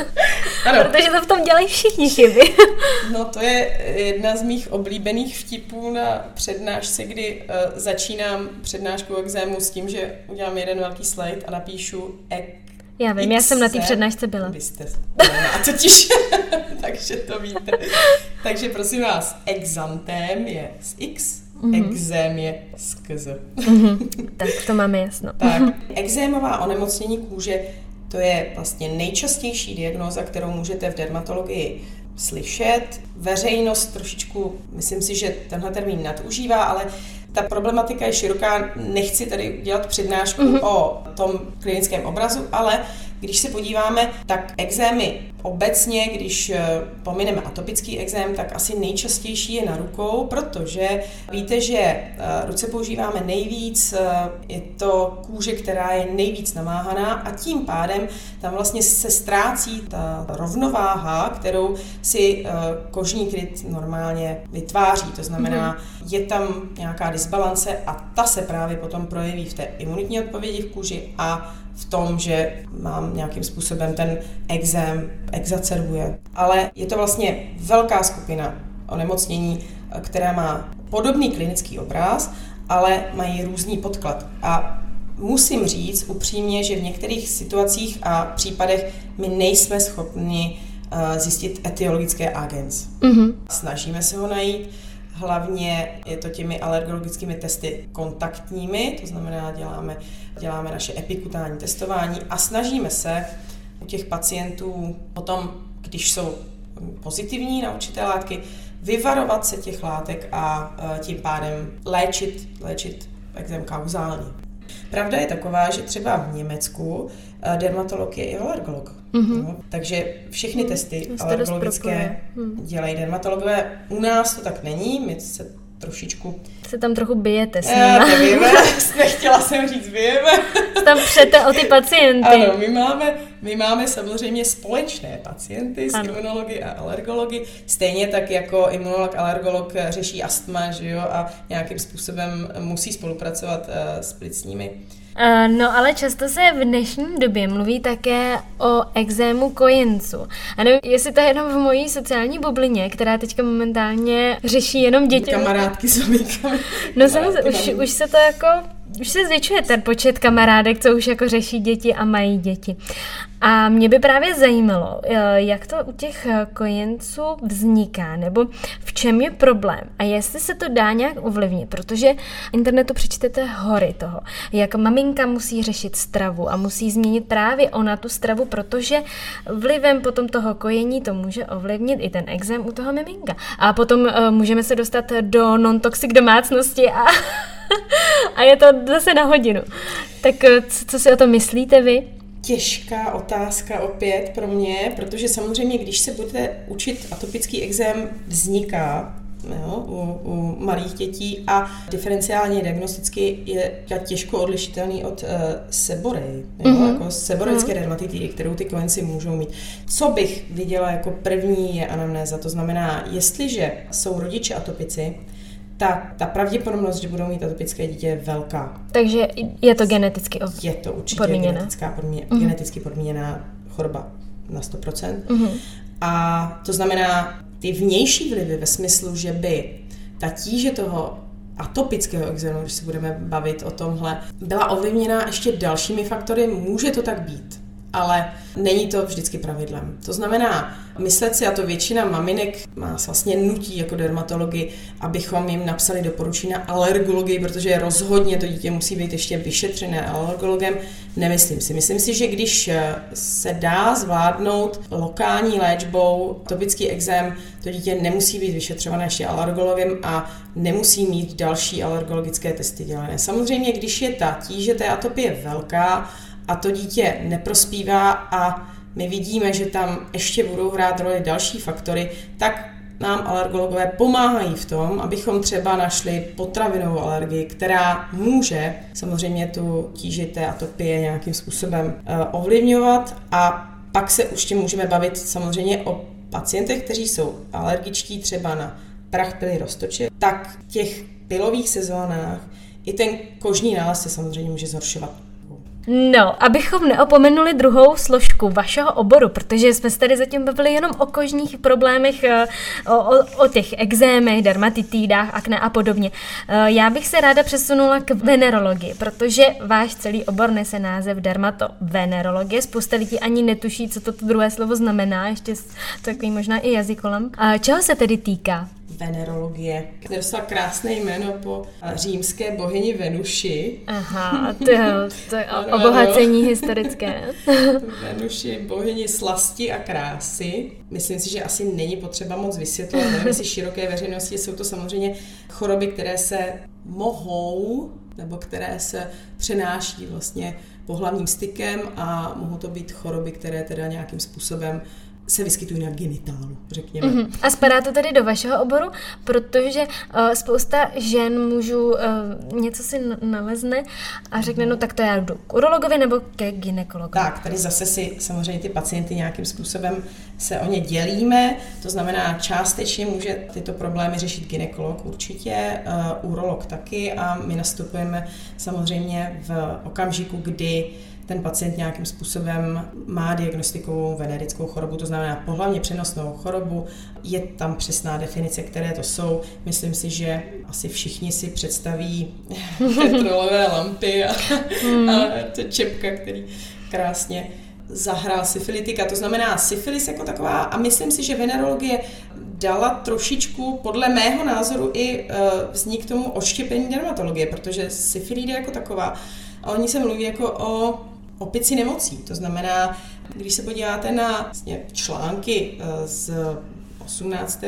protože to v tom dělají všichni chyby. No to je jedna z mých oblíbených vtipů na přednášce, kdy začínám přednášku o exému s tím, že udělám jeden velký slide a napíšu Já vím, já jsem na té přednášce byla. Vy jste a totiž, takže to víte. Takže prosím vás, exantém je s X, exém je s KZ. Tak to máme jasno. Tak, exémová onemocnění kůže, to je vlastně nejčastější diagnóza, kterou můžete v dermatologii slyšet. Veřejnost trošičku, myslím si, že tenhle termín nadužívá, ale ta problematika je široká, nechci tady dělat přednášku o tom klinickém obrazu, ale když se podíváme, tak exémy obecně, když pomineme atopický exém, tak asi nejčastější je na rukou, protože víte, že ruce používáme nejvíc, je to kůže, která je nejvíc namáhaná a tím pádem tam vlastně se ztrácí ta rovnováha, kterou si kožní kryt normálně vytváří. To znamená, je tam nějaká disbalance a ta se právě potom projeví v té imunitní odpovědi v kůži a v tom, že mám nějakým způsobem ten exém exacerbuje. Ale je to vlastně velká skupina onemocnění, která má podobný klinický obraz, ale mají různý podklad. A musím říct upřímně, že v některých situacích a případech my nejsme schopni zjistit etiologické agens. Snažíme se ho najít. Hlavně je to těmi alergologickými testy kontaktními, to znamená, děláme naše epikutální testování a snažíme se u těch pacientů potom, když jsou pozitivní na určité látky, vyvarovat se těch látek a tím pádem léčit exém kauzální. Pravda je taková, že třeba v Německu dermatolog je i alergolog. No, takže všechny testy alergologické dělají dermatologové. U nás to tak není, my se tam trochu bijete s nimi. Nevíme, nechtěla jsem říct bijeme. Tam přete o ty pacienty. Ano, my máme samozřejmě společné pacienty s imunology a alergology. Stejně tak jako imunolog, alergolog řeší astma, že jo, a nějakým způsobem musí spolupracovat s plicními. No ale často se v dnešní době mluví také o exému kojenců. A nevím, jestli to je jenom v mojí sociální bublině, která teďka momentálně řeší jenom děti. Kamarádky s mamínkami. No samozřejmě, už se to jako, už se zvětšuje ten počet kamarádek, co už jako řeší děti a mají děti. A mě by právě zajímalo, jak to u těch kojenců vzniká, nebo v čem je problém a jestli se to dá nějak ovlivnit, protože v internetu přečtete hory toho, jak maminka musí řešit stravu a musí změnit právě ona tu stravu, protože vlivem potom toho kojení to může ovlivnit i ten exém u toho miminka. A potom můžeme se dostat do non-toxic domácnosti a je to zase na hodinu. Tak co si o tom myslíte vy? Těžká otázka opět pro mě, protože samozřejmě, když se budete učit, atopický exém vzniká u malých dětí a diferenciálně diagnosticky je těžko odlišitelný od seborej, jako seborejské dermatitidy, kterou ty kojenci můžou mít. Co bych viděla jako první je anamnéza, to znamená, jestliže jsou rodiče atopici, tak ta pravděpodobnost, že budou mít atopické dítě, je velká. Takže je to geneticky Je to určitě geneticky podmíněná choroba na 100%. A to znamená, ty vnější vlivy ve smyslu, že by ta tíže toho atopického exému, když se budeme bavit o tomhle, byla ovlivněná ještě dalšími faktory, může to tak být. Ale není to vždycky pravidlem. To znamená, myslet si, a to většina maminek nás vlastně nutí jako dermatology, abychom jim napsali doporučení na alergologii, protože rozhodně to dítě musí být ještě vyšetřené alergologem. Nemyslím si. Myslím si, že když se dá zvládnout lokální léčbou atopický exém, to dítě nemusí být vyšetřované ještě alergologem a nemusí mít další alergologické testy dělané. Samozřejmě, když je ta tíže té atopie velká, a to dítě neprospívá a my vidíme, že tam ještě budou hrát roli další faktory, tak nám alergologové pomáhají v tom, abychom třeba našli potravinovou alergii, která může samozřejmě tu tíži té atopie nějakým způsobem ovlivňovat a pak se už tím můžeme bavit samozřejmě o pacientech, kteří jsou alergičtí třeba na prach pily roztoče, tak v těch pylových sezónách I ten kožní nález se samozřejmě může zhoršovat. No, abychom neopomenuli druhou složku vašeho oboru, protože jsme se tady zatím bavili jenom o kožních problémech, o těch ekzémech, dermatitidách, akné a podobně. Já bych se ráda přesunula k venerologii, protože váš celý obor nese název dermatovenerologie. Spousta lidí ani netuší, co to druhé slovo znamená, ještě takový možná i jazykolem. Čeho se tedy týká? Venerologie. Dostala krásné jméno po římské bohyni Venuši. Aha, to je obohacení historické. Venuši, bohyni slasti a krásy. Myslím si, že asi není potřeba moc vysvětlovat. Nevím, jestli široké veřejnosti jsou to samozřejmě choroby, které se mohou, nebo které se přenáší vlastně pohlavním stykem a mohou to být choroby, které teda nějakým způsobem se vyskytují na genitálu, řekněme. Mm-hmm. A spadá to tedy do vašeho oboru, protože spousta žen mužů něco si nalezne a řekne, no tak to já jdu k urologovi nebo ke gynekologovi. Tak, tady zase si samozřejmě ty pacienty nějakým způsobem se o ně dělíme, to znamená částečně může tyto problémy řešit gynekolog určitě, urolog taky a my nastupujeme samozřejmě v okamžiku, kdy ten pacient nějakým způsobem má diagnostikovou venerickou chorobu, to znamená pohlavně přenosnou chorobu. Je tam přesná definice, které to jsou. Myslím si, že asi všichni si představí petrolové lampy a čepka, který krásně zahrál syfilitika. To znamená syfilis jako taková a myslím si, že venerologie dala trošičku, podle mého názoru, i vznik tomu odštěpení dermatologie, protože syfilida jako taková, a oni se mluví jako o opici nemocí. To znamená, když se podíváte na vlastně články z 18.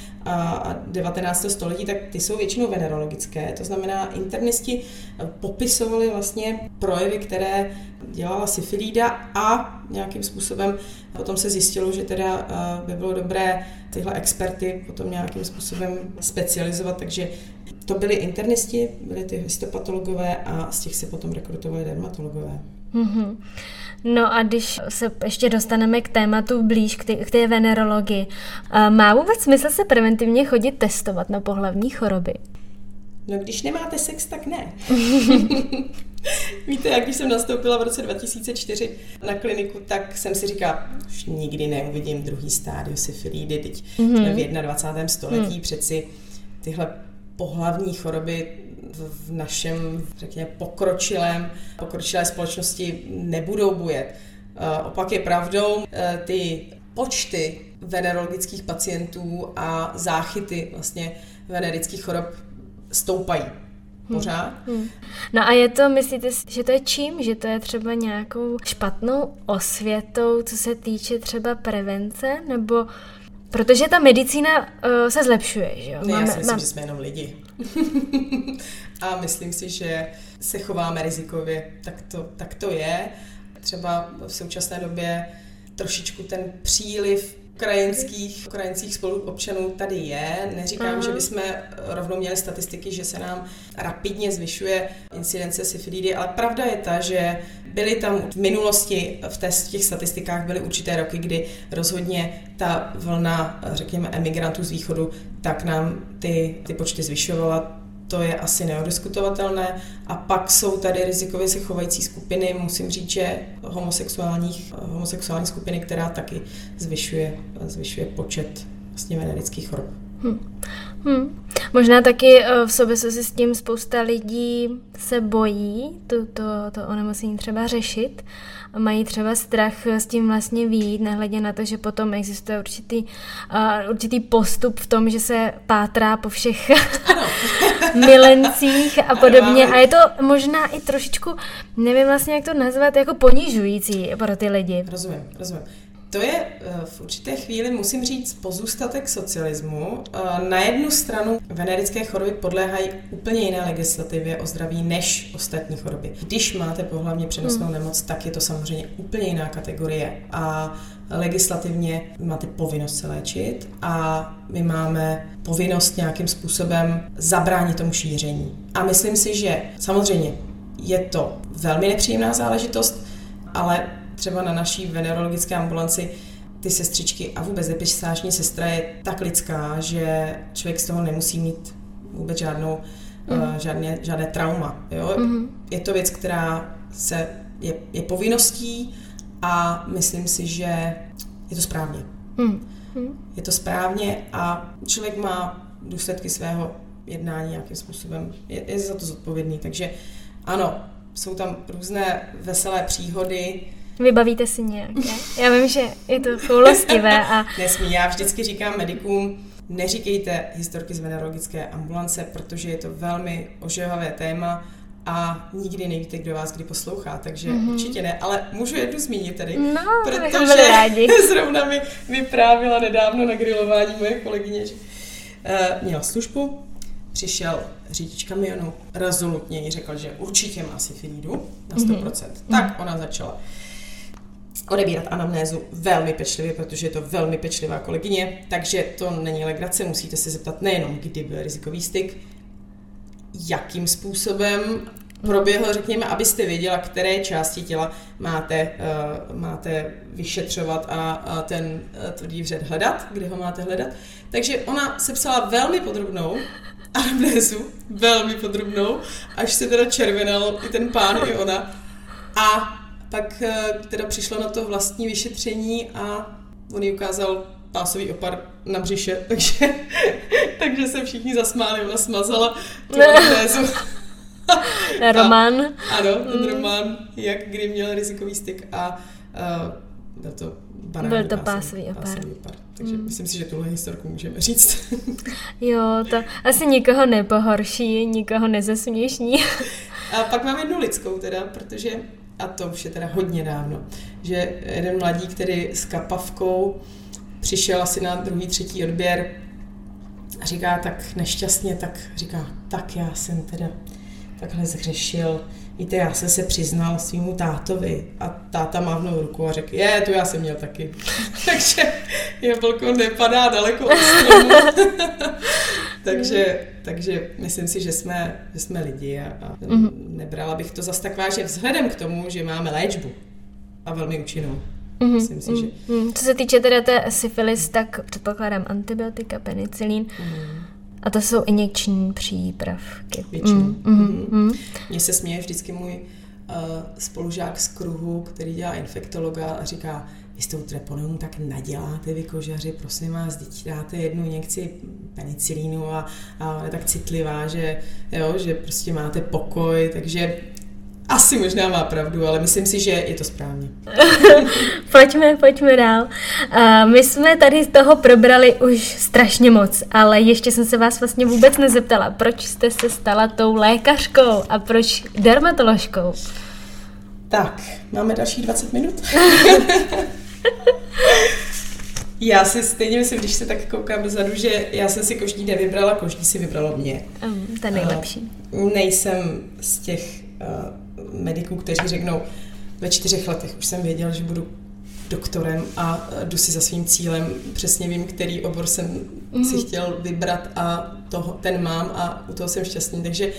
a 19. století, tak ty jsou většinou venerologické. To znamená, internisti popisovali vlastně projevy, které dělala syfilida a nějakým způsobem potom se zjistilo, že teda by bylo dobré tyhle experty potom nějakým způsobem specializovat, takže to byli internisti, byli ty histopatologové a z těch se potom rekrutovali dermatologové. Mm-hmm. No a když se ještě dostaneme k tématu blíž, k té venerologii, má vůbec smysl se preventivně chodit testovat na pohlavní choroby? No když nemáte sex, tak ne. Víte, jak když jsem nastoupila v roce 2004 na kliniku, tak jsem si říkala, už nikdy neuvidím druhý stádium syfilidy, teď jsme v 21. století, přeci tyhle pohlavní choroby v našem, řekněme, pokročilé společnosti nebudou bujet. Opak je pravdou, ty počty venerologických pacientů a záchyty vlastně venerických chorob stoupají pořád. No a je to, myslíte, že to je čím? Že to je třeba nějakou špatnou osvětou, co se týče třeba prevence, nebo protože ta medicína se zlepšuje, že jo? Ne, já si myslím, že jsme jenom lidi. A myslím si, že se chováme rizikově. Tak to je. Třeba v současné době trošičku ten příliv ukrajinských spoluobčanů tady je. Neříkám, že bychom rovnou měli statistiky, že se nám rapidně zvyšuje incidence syfilidy, ale pravda je ta, že byly tam v minulosti v těch statistikách byly určité roky, kdy rozhodně ta vlna, řekněme, emigrantů z východu, tak nám ty počty zvyšovala. To je asi neodiskutovatelné. A pak jsou tady rizikově se chovající skupiny, musím říct, že homosexuální skupiny, která taky zvyšuje počet vlastně venerických chorob. Možná taky v souvislosti s tím spousta lidí se bojí to onemocnění třeba řešit a mají třeba strach s tím vlastně vyjít, nehledě na to, že potom existuje určitý postup v tom, že se pátrá po všech milencích a podobně. A je to možná i trošičku, nevím vlastně, jak to nazvat, jako ponižující pro ty lidi. Rozumím. To je v určité chvíli, musím říct, pozůstatek socialismu. Na jednu stranu venerické choroby podléhají úplně jiné legislativě o zdraví než ostatní choroby. Když máte pohlavně přenosnou nemoc, tak je to samozřejmě úplně jiná kategorie a legislativně máte povinnost se léčit a my máme povinnost nějakým způsobem zabránit tomu šíření. A myslím si, že samozřejmě je to velmi nepříjemná záležitost, ale třeba na naší venerologické ambulanci ty sestřičky a vůbec depisážní sestra je tak lidská, že člověk z toho nemusí mít vůbec žádnou žádné trauma. Jo? Je to věc, která je povinností a myslím si, že je to správně. Je to správně a člověk má důsledky svého jednání nějakým způsobem, je za to zodpovědný. Takže ano, jsou tam různé veselé příhody. Vybavíte si nějaké? Já vím, že je to choulostivé. Nesmí. Já vždycky říkám medikům, neříkejte historky z venerologické ambulance, protože je to velmi ožehavé téma a nikdy nevíte, kdo vás kdy poslouchá, takže určitě ne, ale můžu jednu zmínit tady, protože zrovna mi vyprávěla nedávno na grilování moje kolegyně, že měla službu, přišel řidič kamionu, rezolutně jí řekl, že určitě má syfilidu na 100%. Tak ona začala odebírat anamnézu velmi pečlivě, protože je to velmi pečlivá kolegyně, takže to není legrace, musíte se zeptat nejenom, kdy byl rizikový styk, jakým způsobem proběhl, řekněme, abyste věděla, které části těla máte vyšetřovat a ten tvrdý vřet hledat, kde ho máte hledat. Takže ona sepsala velmi podrobnou anamnézu, velmi podrobnou, až se teda červenal i ten pán, i ona. A pak teda přišlo na to vlastní vyšetření a on jí ukázal pásový opar na břiše, takže se všichni zasmáli, ona smazala tu anamnézu. Román. Ano, ten román, jak kdy měl rizikový styk a byl to pásový opar. Takže myslím si, že tuhle historku můžeme říct. Jo, to asi nikoho nepohorší, nikoho nezesměšní. A pak mám jednu lidskou teda, protože, a to už je teda hodně dávno, že jeden mladík, který s kapavkou přišel asi na 2., 3. odběr a říká tak nešťastně, tak já jsem teda takhle zhřešil. Víte, já jsem se přiznal svýmu tátovi a táta mávnul ruku a řekl, to já jsem měl taky. Takže jablko nepadá daleko od stromu. takže myslím si, že jsme lidi a nebrala bych to zas tak vážně vzhledem k tomu, že máme léčbu a velmi účinnou. Myslím si, že... Co se týče teda té syfilis, tak předpokládám antibiotika, penicilín. A to jsou injekční přípravky. Většinou. Mně se směje vždycky můj spolužák z kruhu, který dělá infektologa a říká, vy s tou treponeum tak naděláte, vy kožaři, prosím vás, děti dáte jednu injekci penicilínu a je tak citlivá, že prostě máte pokoj, takže asi možná má pravdu, ale myslím si, že je to správně. Pojďme dál. My jsme tady z toho probrali už strašně moc, ale ještě jsem se vás vlastně vůbec nezeptala, proč jste se stala tou lékařkou a proč dermatoložkou? Tak, máme dalších 20 minut. Já si stejně myslím, když se tak koukám dozadu, že já jsem si kožní nevybrala, kožní si vybralo mě. To je nejlepší. Nejsem z těch mediků, kteří řeknou, ve 4 letech už jsem věděl, že budu doktorem a jdu si za svým cílem, přesně vím, který obor jsem si chtěl vybrat a ten mám a u toho jsem šťastný. Takže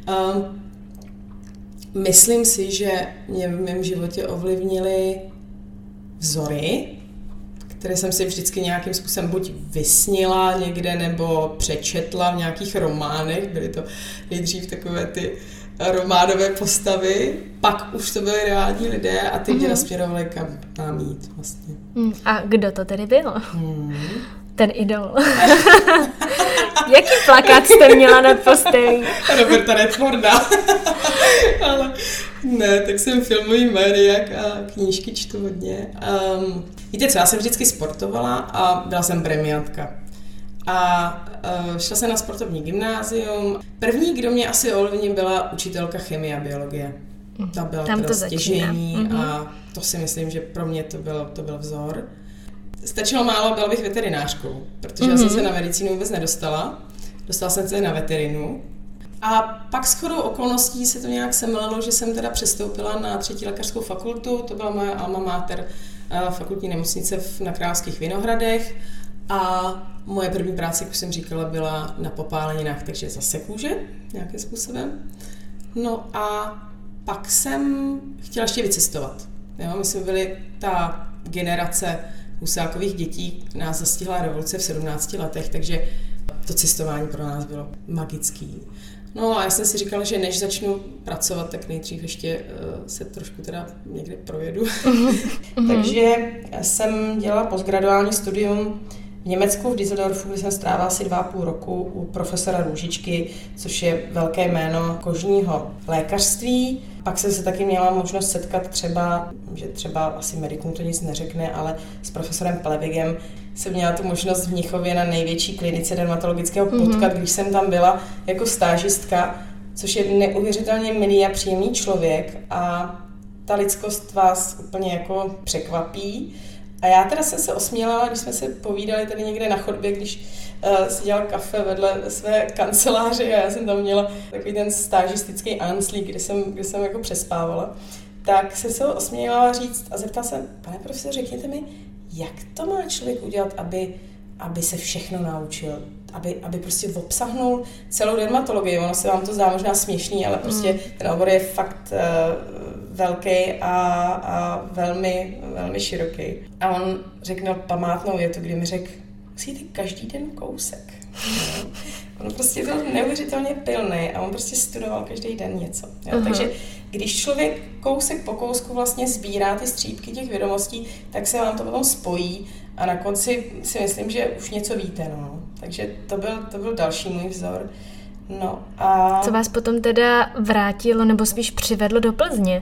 myslím si, že mě v mém životě ovlivnily vzory, které jsem si vždycky nějakým způsobem buď vysnila někde, nebo přečetla v nějakých románech, byly to nejdřív takové ty románové postavy, pak už to byly reální lidé a ty mě nasměrovali, kam mám jít vlastně. A kdo to tedy byl? Ten idol. Jaký plakát jste měla nad postelí? Roberta Redforda. Ale ne, tak jsem filmový maniak a knížky čtu hodně. Víte co, já jsem vždycky sportovala a byla jsem premiantka. A šla jsem na sportovní gymnázium. První, kdo mě asi ovlivnil, byla učitelka chemie a biologie. Ta byla teda stěžejní a to si myslím, že pro mě to byl vzor. Stačilo málo, byla bych veterinářkou, protože já jsem se na medicínu vůbec nedostala. Dostala jsem se na veterinu. A pak shodou okolností se to nějak semlelo, že jsem teda přestoupila na 3. lékařskou fakultu, to byla moje alma mater, fakultní nemocnice na Královských Vinohradech. A moje první práce, jak už jsem říkala, byla na popáleninách, takže zase kůže nějakým způsobem. No a pak jsem chtěla ještě vycestovat. Jo, my jsme byli ta generace Husákových dětí, nás zastihla revoluce v 17 letech, takže to cestování pro nás bylo magický. No a já jsem si říkala, že než začnu pracovat, tak nejdřív ještě se trošku teda někde projedu. Takže jsem dělala postgraduální studium v Německu, v Düsseldorfu, kde jsem strávila asi 2,5 roku u profesora Růžičky, což je velké jméno kožního lékařství. Pak jsem se taky měla možnost setkat třeba asi medikům to nic neřekne, ale s profesorem Plevigem jsem měla tu možnost v Mnichově na největší klinice dermatologického potkat, když jsem tam byla jako stážistka, což je neuvěřitelně milý a příjemný člověk a ta lidskost vás úplně jako překvapí. A já teda jsem se osmělala, když jsme se povídali tady někde na chodbě, když si dělal kafe vedle své kanceláře a já jsem tam měla takový ten stážistický anslík, kde jsem jako přespávala, tak jsem se osmělala říct a zeptala jsem, pane profesor, řekněte mi, jak to má člověk udělat, aby se všechno naučil, aby prostě obsahnul celou dermatologii. Ono se vám to zdá možná směšný, ale prostě ten obor je fakt velký a velmi, velmi široký. A on řekl památnou větu, kdy mi řekl, musíte každý den kousek. On prostě byl neuvěřitelně pilný a on prostě studoval každý den něco. Takže když člověk kousek po kousku vlastně sbírá ty střípky těch vědomostí, tak se vám to potom spojí a na konci si myslím, že už něco víte. No. Takže to byl další můj vzor. No a... Co vás potom teda vrátilo nebo spíš přivedlo do Plzně?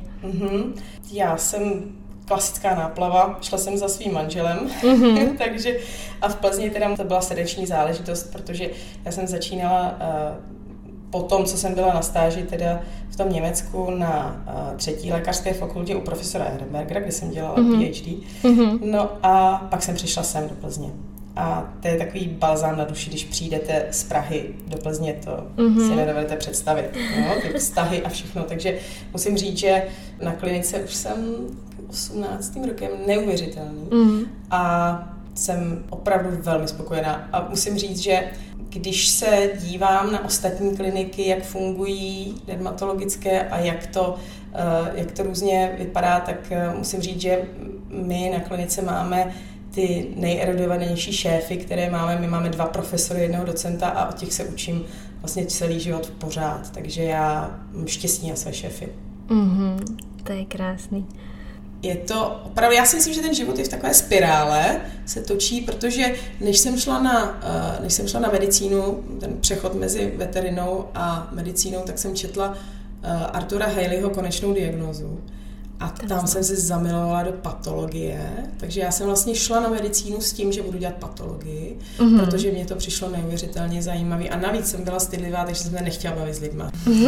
Já jsem klasická náplava, šla jsem za svým manželem, takže a v Plzni teda to byla srdeční záležitost, protože já jsem začínala po tom, co jsem byla na stáži teda v tom Německu na 3. lékařské fakultě u profesora Ehrenbergera, kde jsem dělala PhD. No a pak jsem přišla sem do Plzně. A to je takový balzám na duši, když přijdete z Prahy do Plzně, to si nedovedete představit. No, ty vztahy a všechno. Takže musím říct, že na klinice už jsem 18. rokem neuvěřitelný. A jsem opravdu velmi spokojená. A musím říct, že když se dívám na ostatní kliniky, jak fungují dermatologické a jak to různě vypadá, tak musím říct, že my na klinice máme ty nejerudovanější šéfy, které máme. My máme 2 profesory, 1 docenta a od těch se učím vlastně celý život pořád. Takže já mám štěstí na své šéfy. To je krásný. Je to opravdu, já si myslím, že ten život je v takové spirále, se točí, protože než jsem šla na medicínu, ten přechod mezi veterinou a medicínou, tak jsem četla Artura Haleyho Konečnou diagnózu. A tam jsem se zamilovala do patologie, takže já jsem vlastně šla na medicínu s tím, že budu dělat patologii, protože mě to přišlo neuvěřitelně zajímavé. A navíc jsem byla stydlivá, takže jsem se nechtěla bavit s lidma.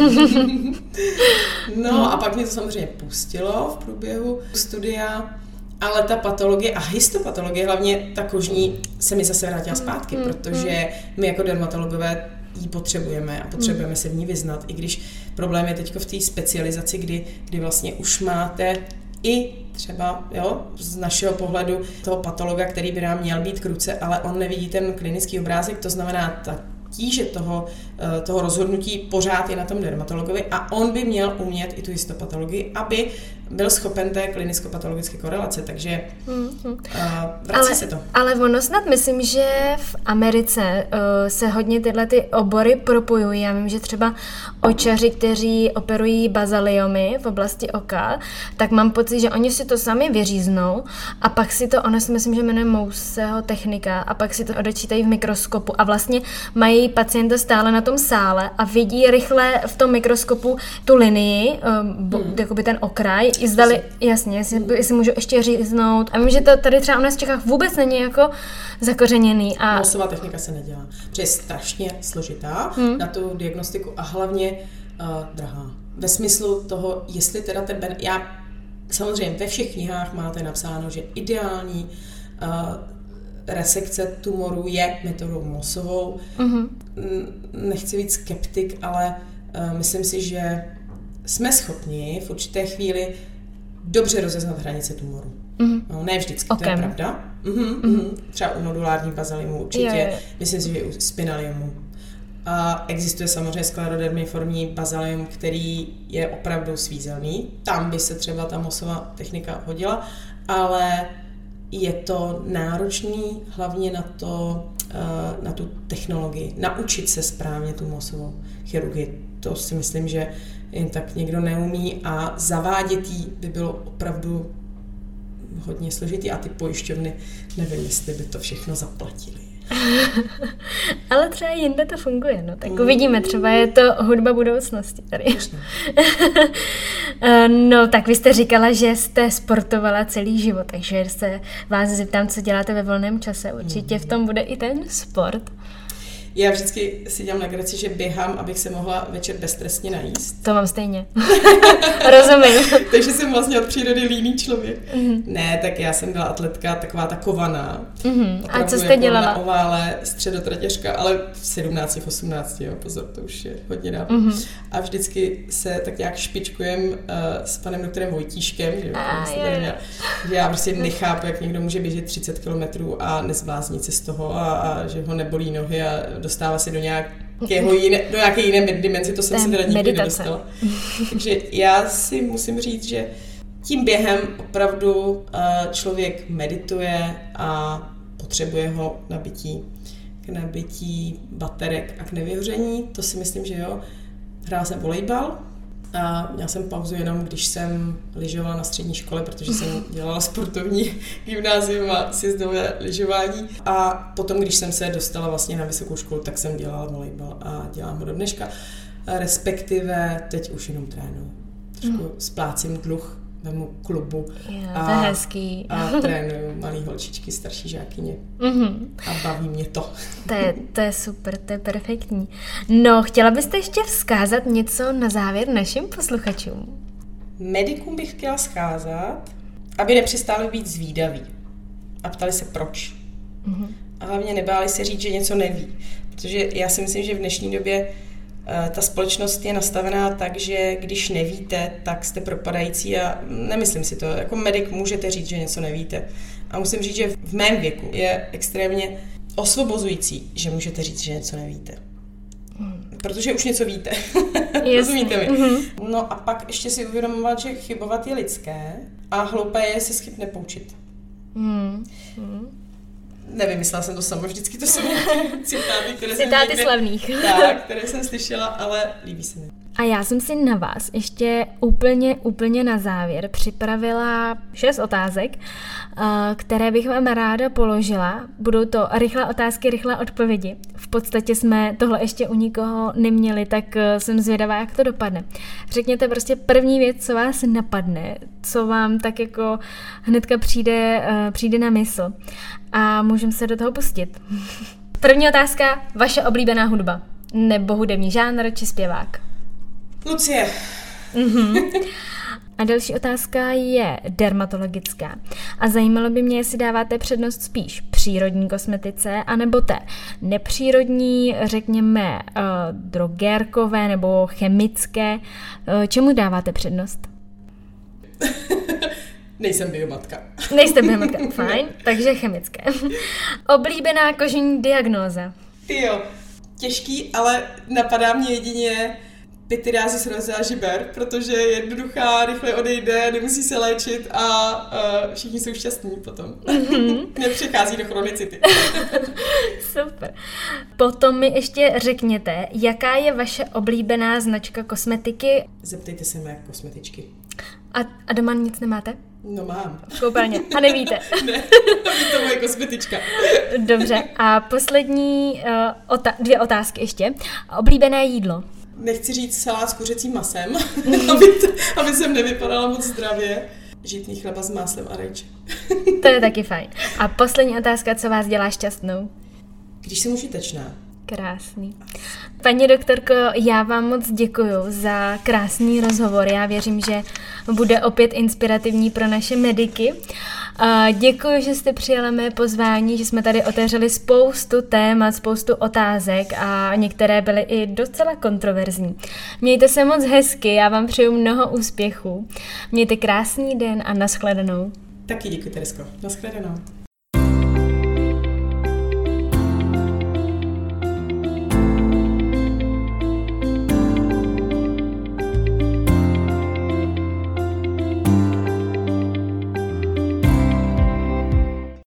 No a pak mě to samozřejmě pustilo v průběhu studia, ale ta patologie a histopatologie, hlavně ta kožní, se mi zase vrátila zpátky, protože my jako dermatologové ji potřebujeme a potřebujeme se v ní vyznat, i když problém je teď v té specializaci, kdy vlastně už máte i třeba z našeho pohledu toho patologa, který by nám měl být k ruce, ale on nevidí ten klinický obrázek, to znamená ta tíže toho rozhodnutí pořád je na tom dermatologovi a on by měl umět i tu histopatologii, aby byl schopen té klinicko-patologické korelace, takže vrací se to. Ale ono snad myslím, že v Americe se hodně tyhle ty obory propojují. Já vím, že třeba očaři, kteří operují bazaliomy v oblasti oka, tak mám pocit, že oni si to sami vyříznou a pak si to, ono si myslím, že jmenuje Mouseho technika a pak si to odečítají v mikroskopu a vlastně mají pacienta stále na tom sále a vidí rychle v tom mikroskopu tu linii, jakoby ten okraj, i zdali, jasně, jestli můžu ještě říznout. A vím, že to tady třeba u nás v Čechách vůbec není jako zakořeněný. A Mousová technika se nedělá, protože je strašně složitá na tu diagnostiku a hlavně drahá. Ve smyslu toho, jestli teda já samozřejmě ve všech knihách máte napsáno, že ideální resekce tumoru je metodou Mousovou. Nechci být skeptik, ale myslím si, že jsme schopni v určité chvíli dobře rozeznat hranice tumoru. No, ne vždycky, to je pravda. Třeba u nodulárních bazaliumů určitě, myslím si, že i u spinaliumu. A existuje samozřejmě sklerodermiformní bazalium, který je opravdu svízelný. Tam by se třeba ta Mousova technika hodila, ale je to náročný hlavně na tu technologii. Naučit se správně tu mozovou chirurgii. To si myslím, že jen tak někdo neumí a zavádět jí by bylo opravdu hodně složitý a ty pojišťovny, nevím, jestli by to všechno zaplatili. Ale třeba jinde to funguje, no tak uvidíme, třeba je to hudba budoucnosti tady. No tak vy jste říkala, že jste sportovala celý život, takže se vás zeptám, co děláte ve volném čase, určitě v tom bude i ten sport. Já vždycky si dělám legraci, že běhám, abych se mohla večer beztrestně najíst. To mám stejně. Rozumím. Takže jsem vlastně od přírody líný člověk. Ne, tak já jsem byla atletka, taková ta kovaná. A co jste dělala? Na ovále, středotratěřka, ale v 17, v 18, jo, pozor, to už je hodně dávno. A vždycky se tak nějak špičkujem s panem doktorem Vojtíškem, že já prostě nechápu, jak někdo může běžet 30 kilometrů a nezbláznit se z toho a že ho nebolí nohy a dostává se do nějaké jiné dimenzi, to jsem si teda nikdy nedostala. Takže já si musím říct, že tím během opravdu člověk medituje a potřebuje ho k nabití baterek a k nevyhoření, to si myslím, že jo. Hrála jsem volejbal a měla jsem pauzu jenom, když jsem lyžovala na střední škole, protože jsem dělala sportovní gymnázium a sjezdové lyžování. A potom, když jsem se dostala vlastně na vysokou školu, tak jsem dělala volejbal a dělám ho do dneška. Respektive teď už jenom trénuju. Trošku splácím dluh mému klubu a trénuju malý holčičky, starší žákyně. A baví mě to. To je super, to je perfektní. No, chtěla byste ještě vzkázat něco na závěr našim posluchačům? Medikům bych chtěla vzkázat, aby nepřestali být zvídaví a ptali se proč. A hlavně nebáli se říct, že něco neví. Protože já si myslím, že v dnešní době ta společnost je nastavená tak, že když nevíte, tak jste propadající a nemyslím si to. Jako medic můžete říct, že něco nevíte. A musím říct, že v mém věku je extrémně osvobozující, že můžete říct, že něco nevíte. Protože už něco víte. Rozumíte mi? No a pak ještě si uvědomovat, že chybovat je lidské a hloupé je se z chyb nepoučit. Nevymyslela jsem to sama, vždycky to jsou citáty slavných. Tak, které jsem slyšela, ale líbí se mi. A já jsem si na vás ještě úplně na závěr připravila 6 otázek, které bych vám ráda položila. Budou to rychlé otázky, rychlé odpovědi. V podstatě jsme tohle ještě u nikoho neměli, tak jsem zvědavá, jak to dopadne. Řekněte prostě první věc, co vás napadne, co vám tak jako hnedka přijde na mysl. A můžeme se do toho pustit. První otázka, vaše oblíbená hudba. Nebo hudební žánr či zpěvák? Lucie. A další otázka je dermatologická. A zajímalo by mě, jestli dáváte přednost spíš přírodní kosmetice, anebo té nepřírodní, řekněme, drogérkové nebo chemické. Čemu dáváte přednost? Nejsem biomatka. Nejste biomatka, fajn, takže chemické. Oblíbená kožní diagnóza. Tyjo, těžký, ale napadá mě jedině pityriasis rosea žiber, protože je jednoduchá, rychle odejde, nemusí se léčit a všichni jsou šťastní potom. Nepřechází do chronicity. Super. Potom mi ještě řekněte, jaká je vaše oblíbená značka kosmetiky? Zeptejte se mé kosmetičky. A doma nic nemáte? No mám. V koupelně. A nevíte? Ne, to moje kosmetička. Dobře. A poslední 2 otázky ještě. Oblíbené jídlo? Nechci říct salát s kuřecím masem, aby jsem nevypadala moc zdravě. Žitný chleba s máslem a rajče. To je taky fajn. A poslední otázka, co vás dělá šťastnou? Když jsem užitečná. Krásný. Paní doktorko, já vám moc děkuju za krásný rozhovor. Já věřím, že bude opět inspirativní pro naše mediky. Děkuji, že jste přijala mé pozvání, že jsme tady otevřeli spoustu témat, spoustu otázek a některé byly i docela kontroverzní. Mějte se moc hezky, já vám přeju mnoho úspěchů. Mějte krásný den a nashledanou. Taky děkuji, Teresko. Nashledanou.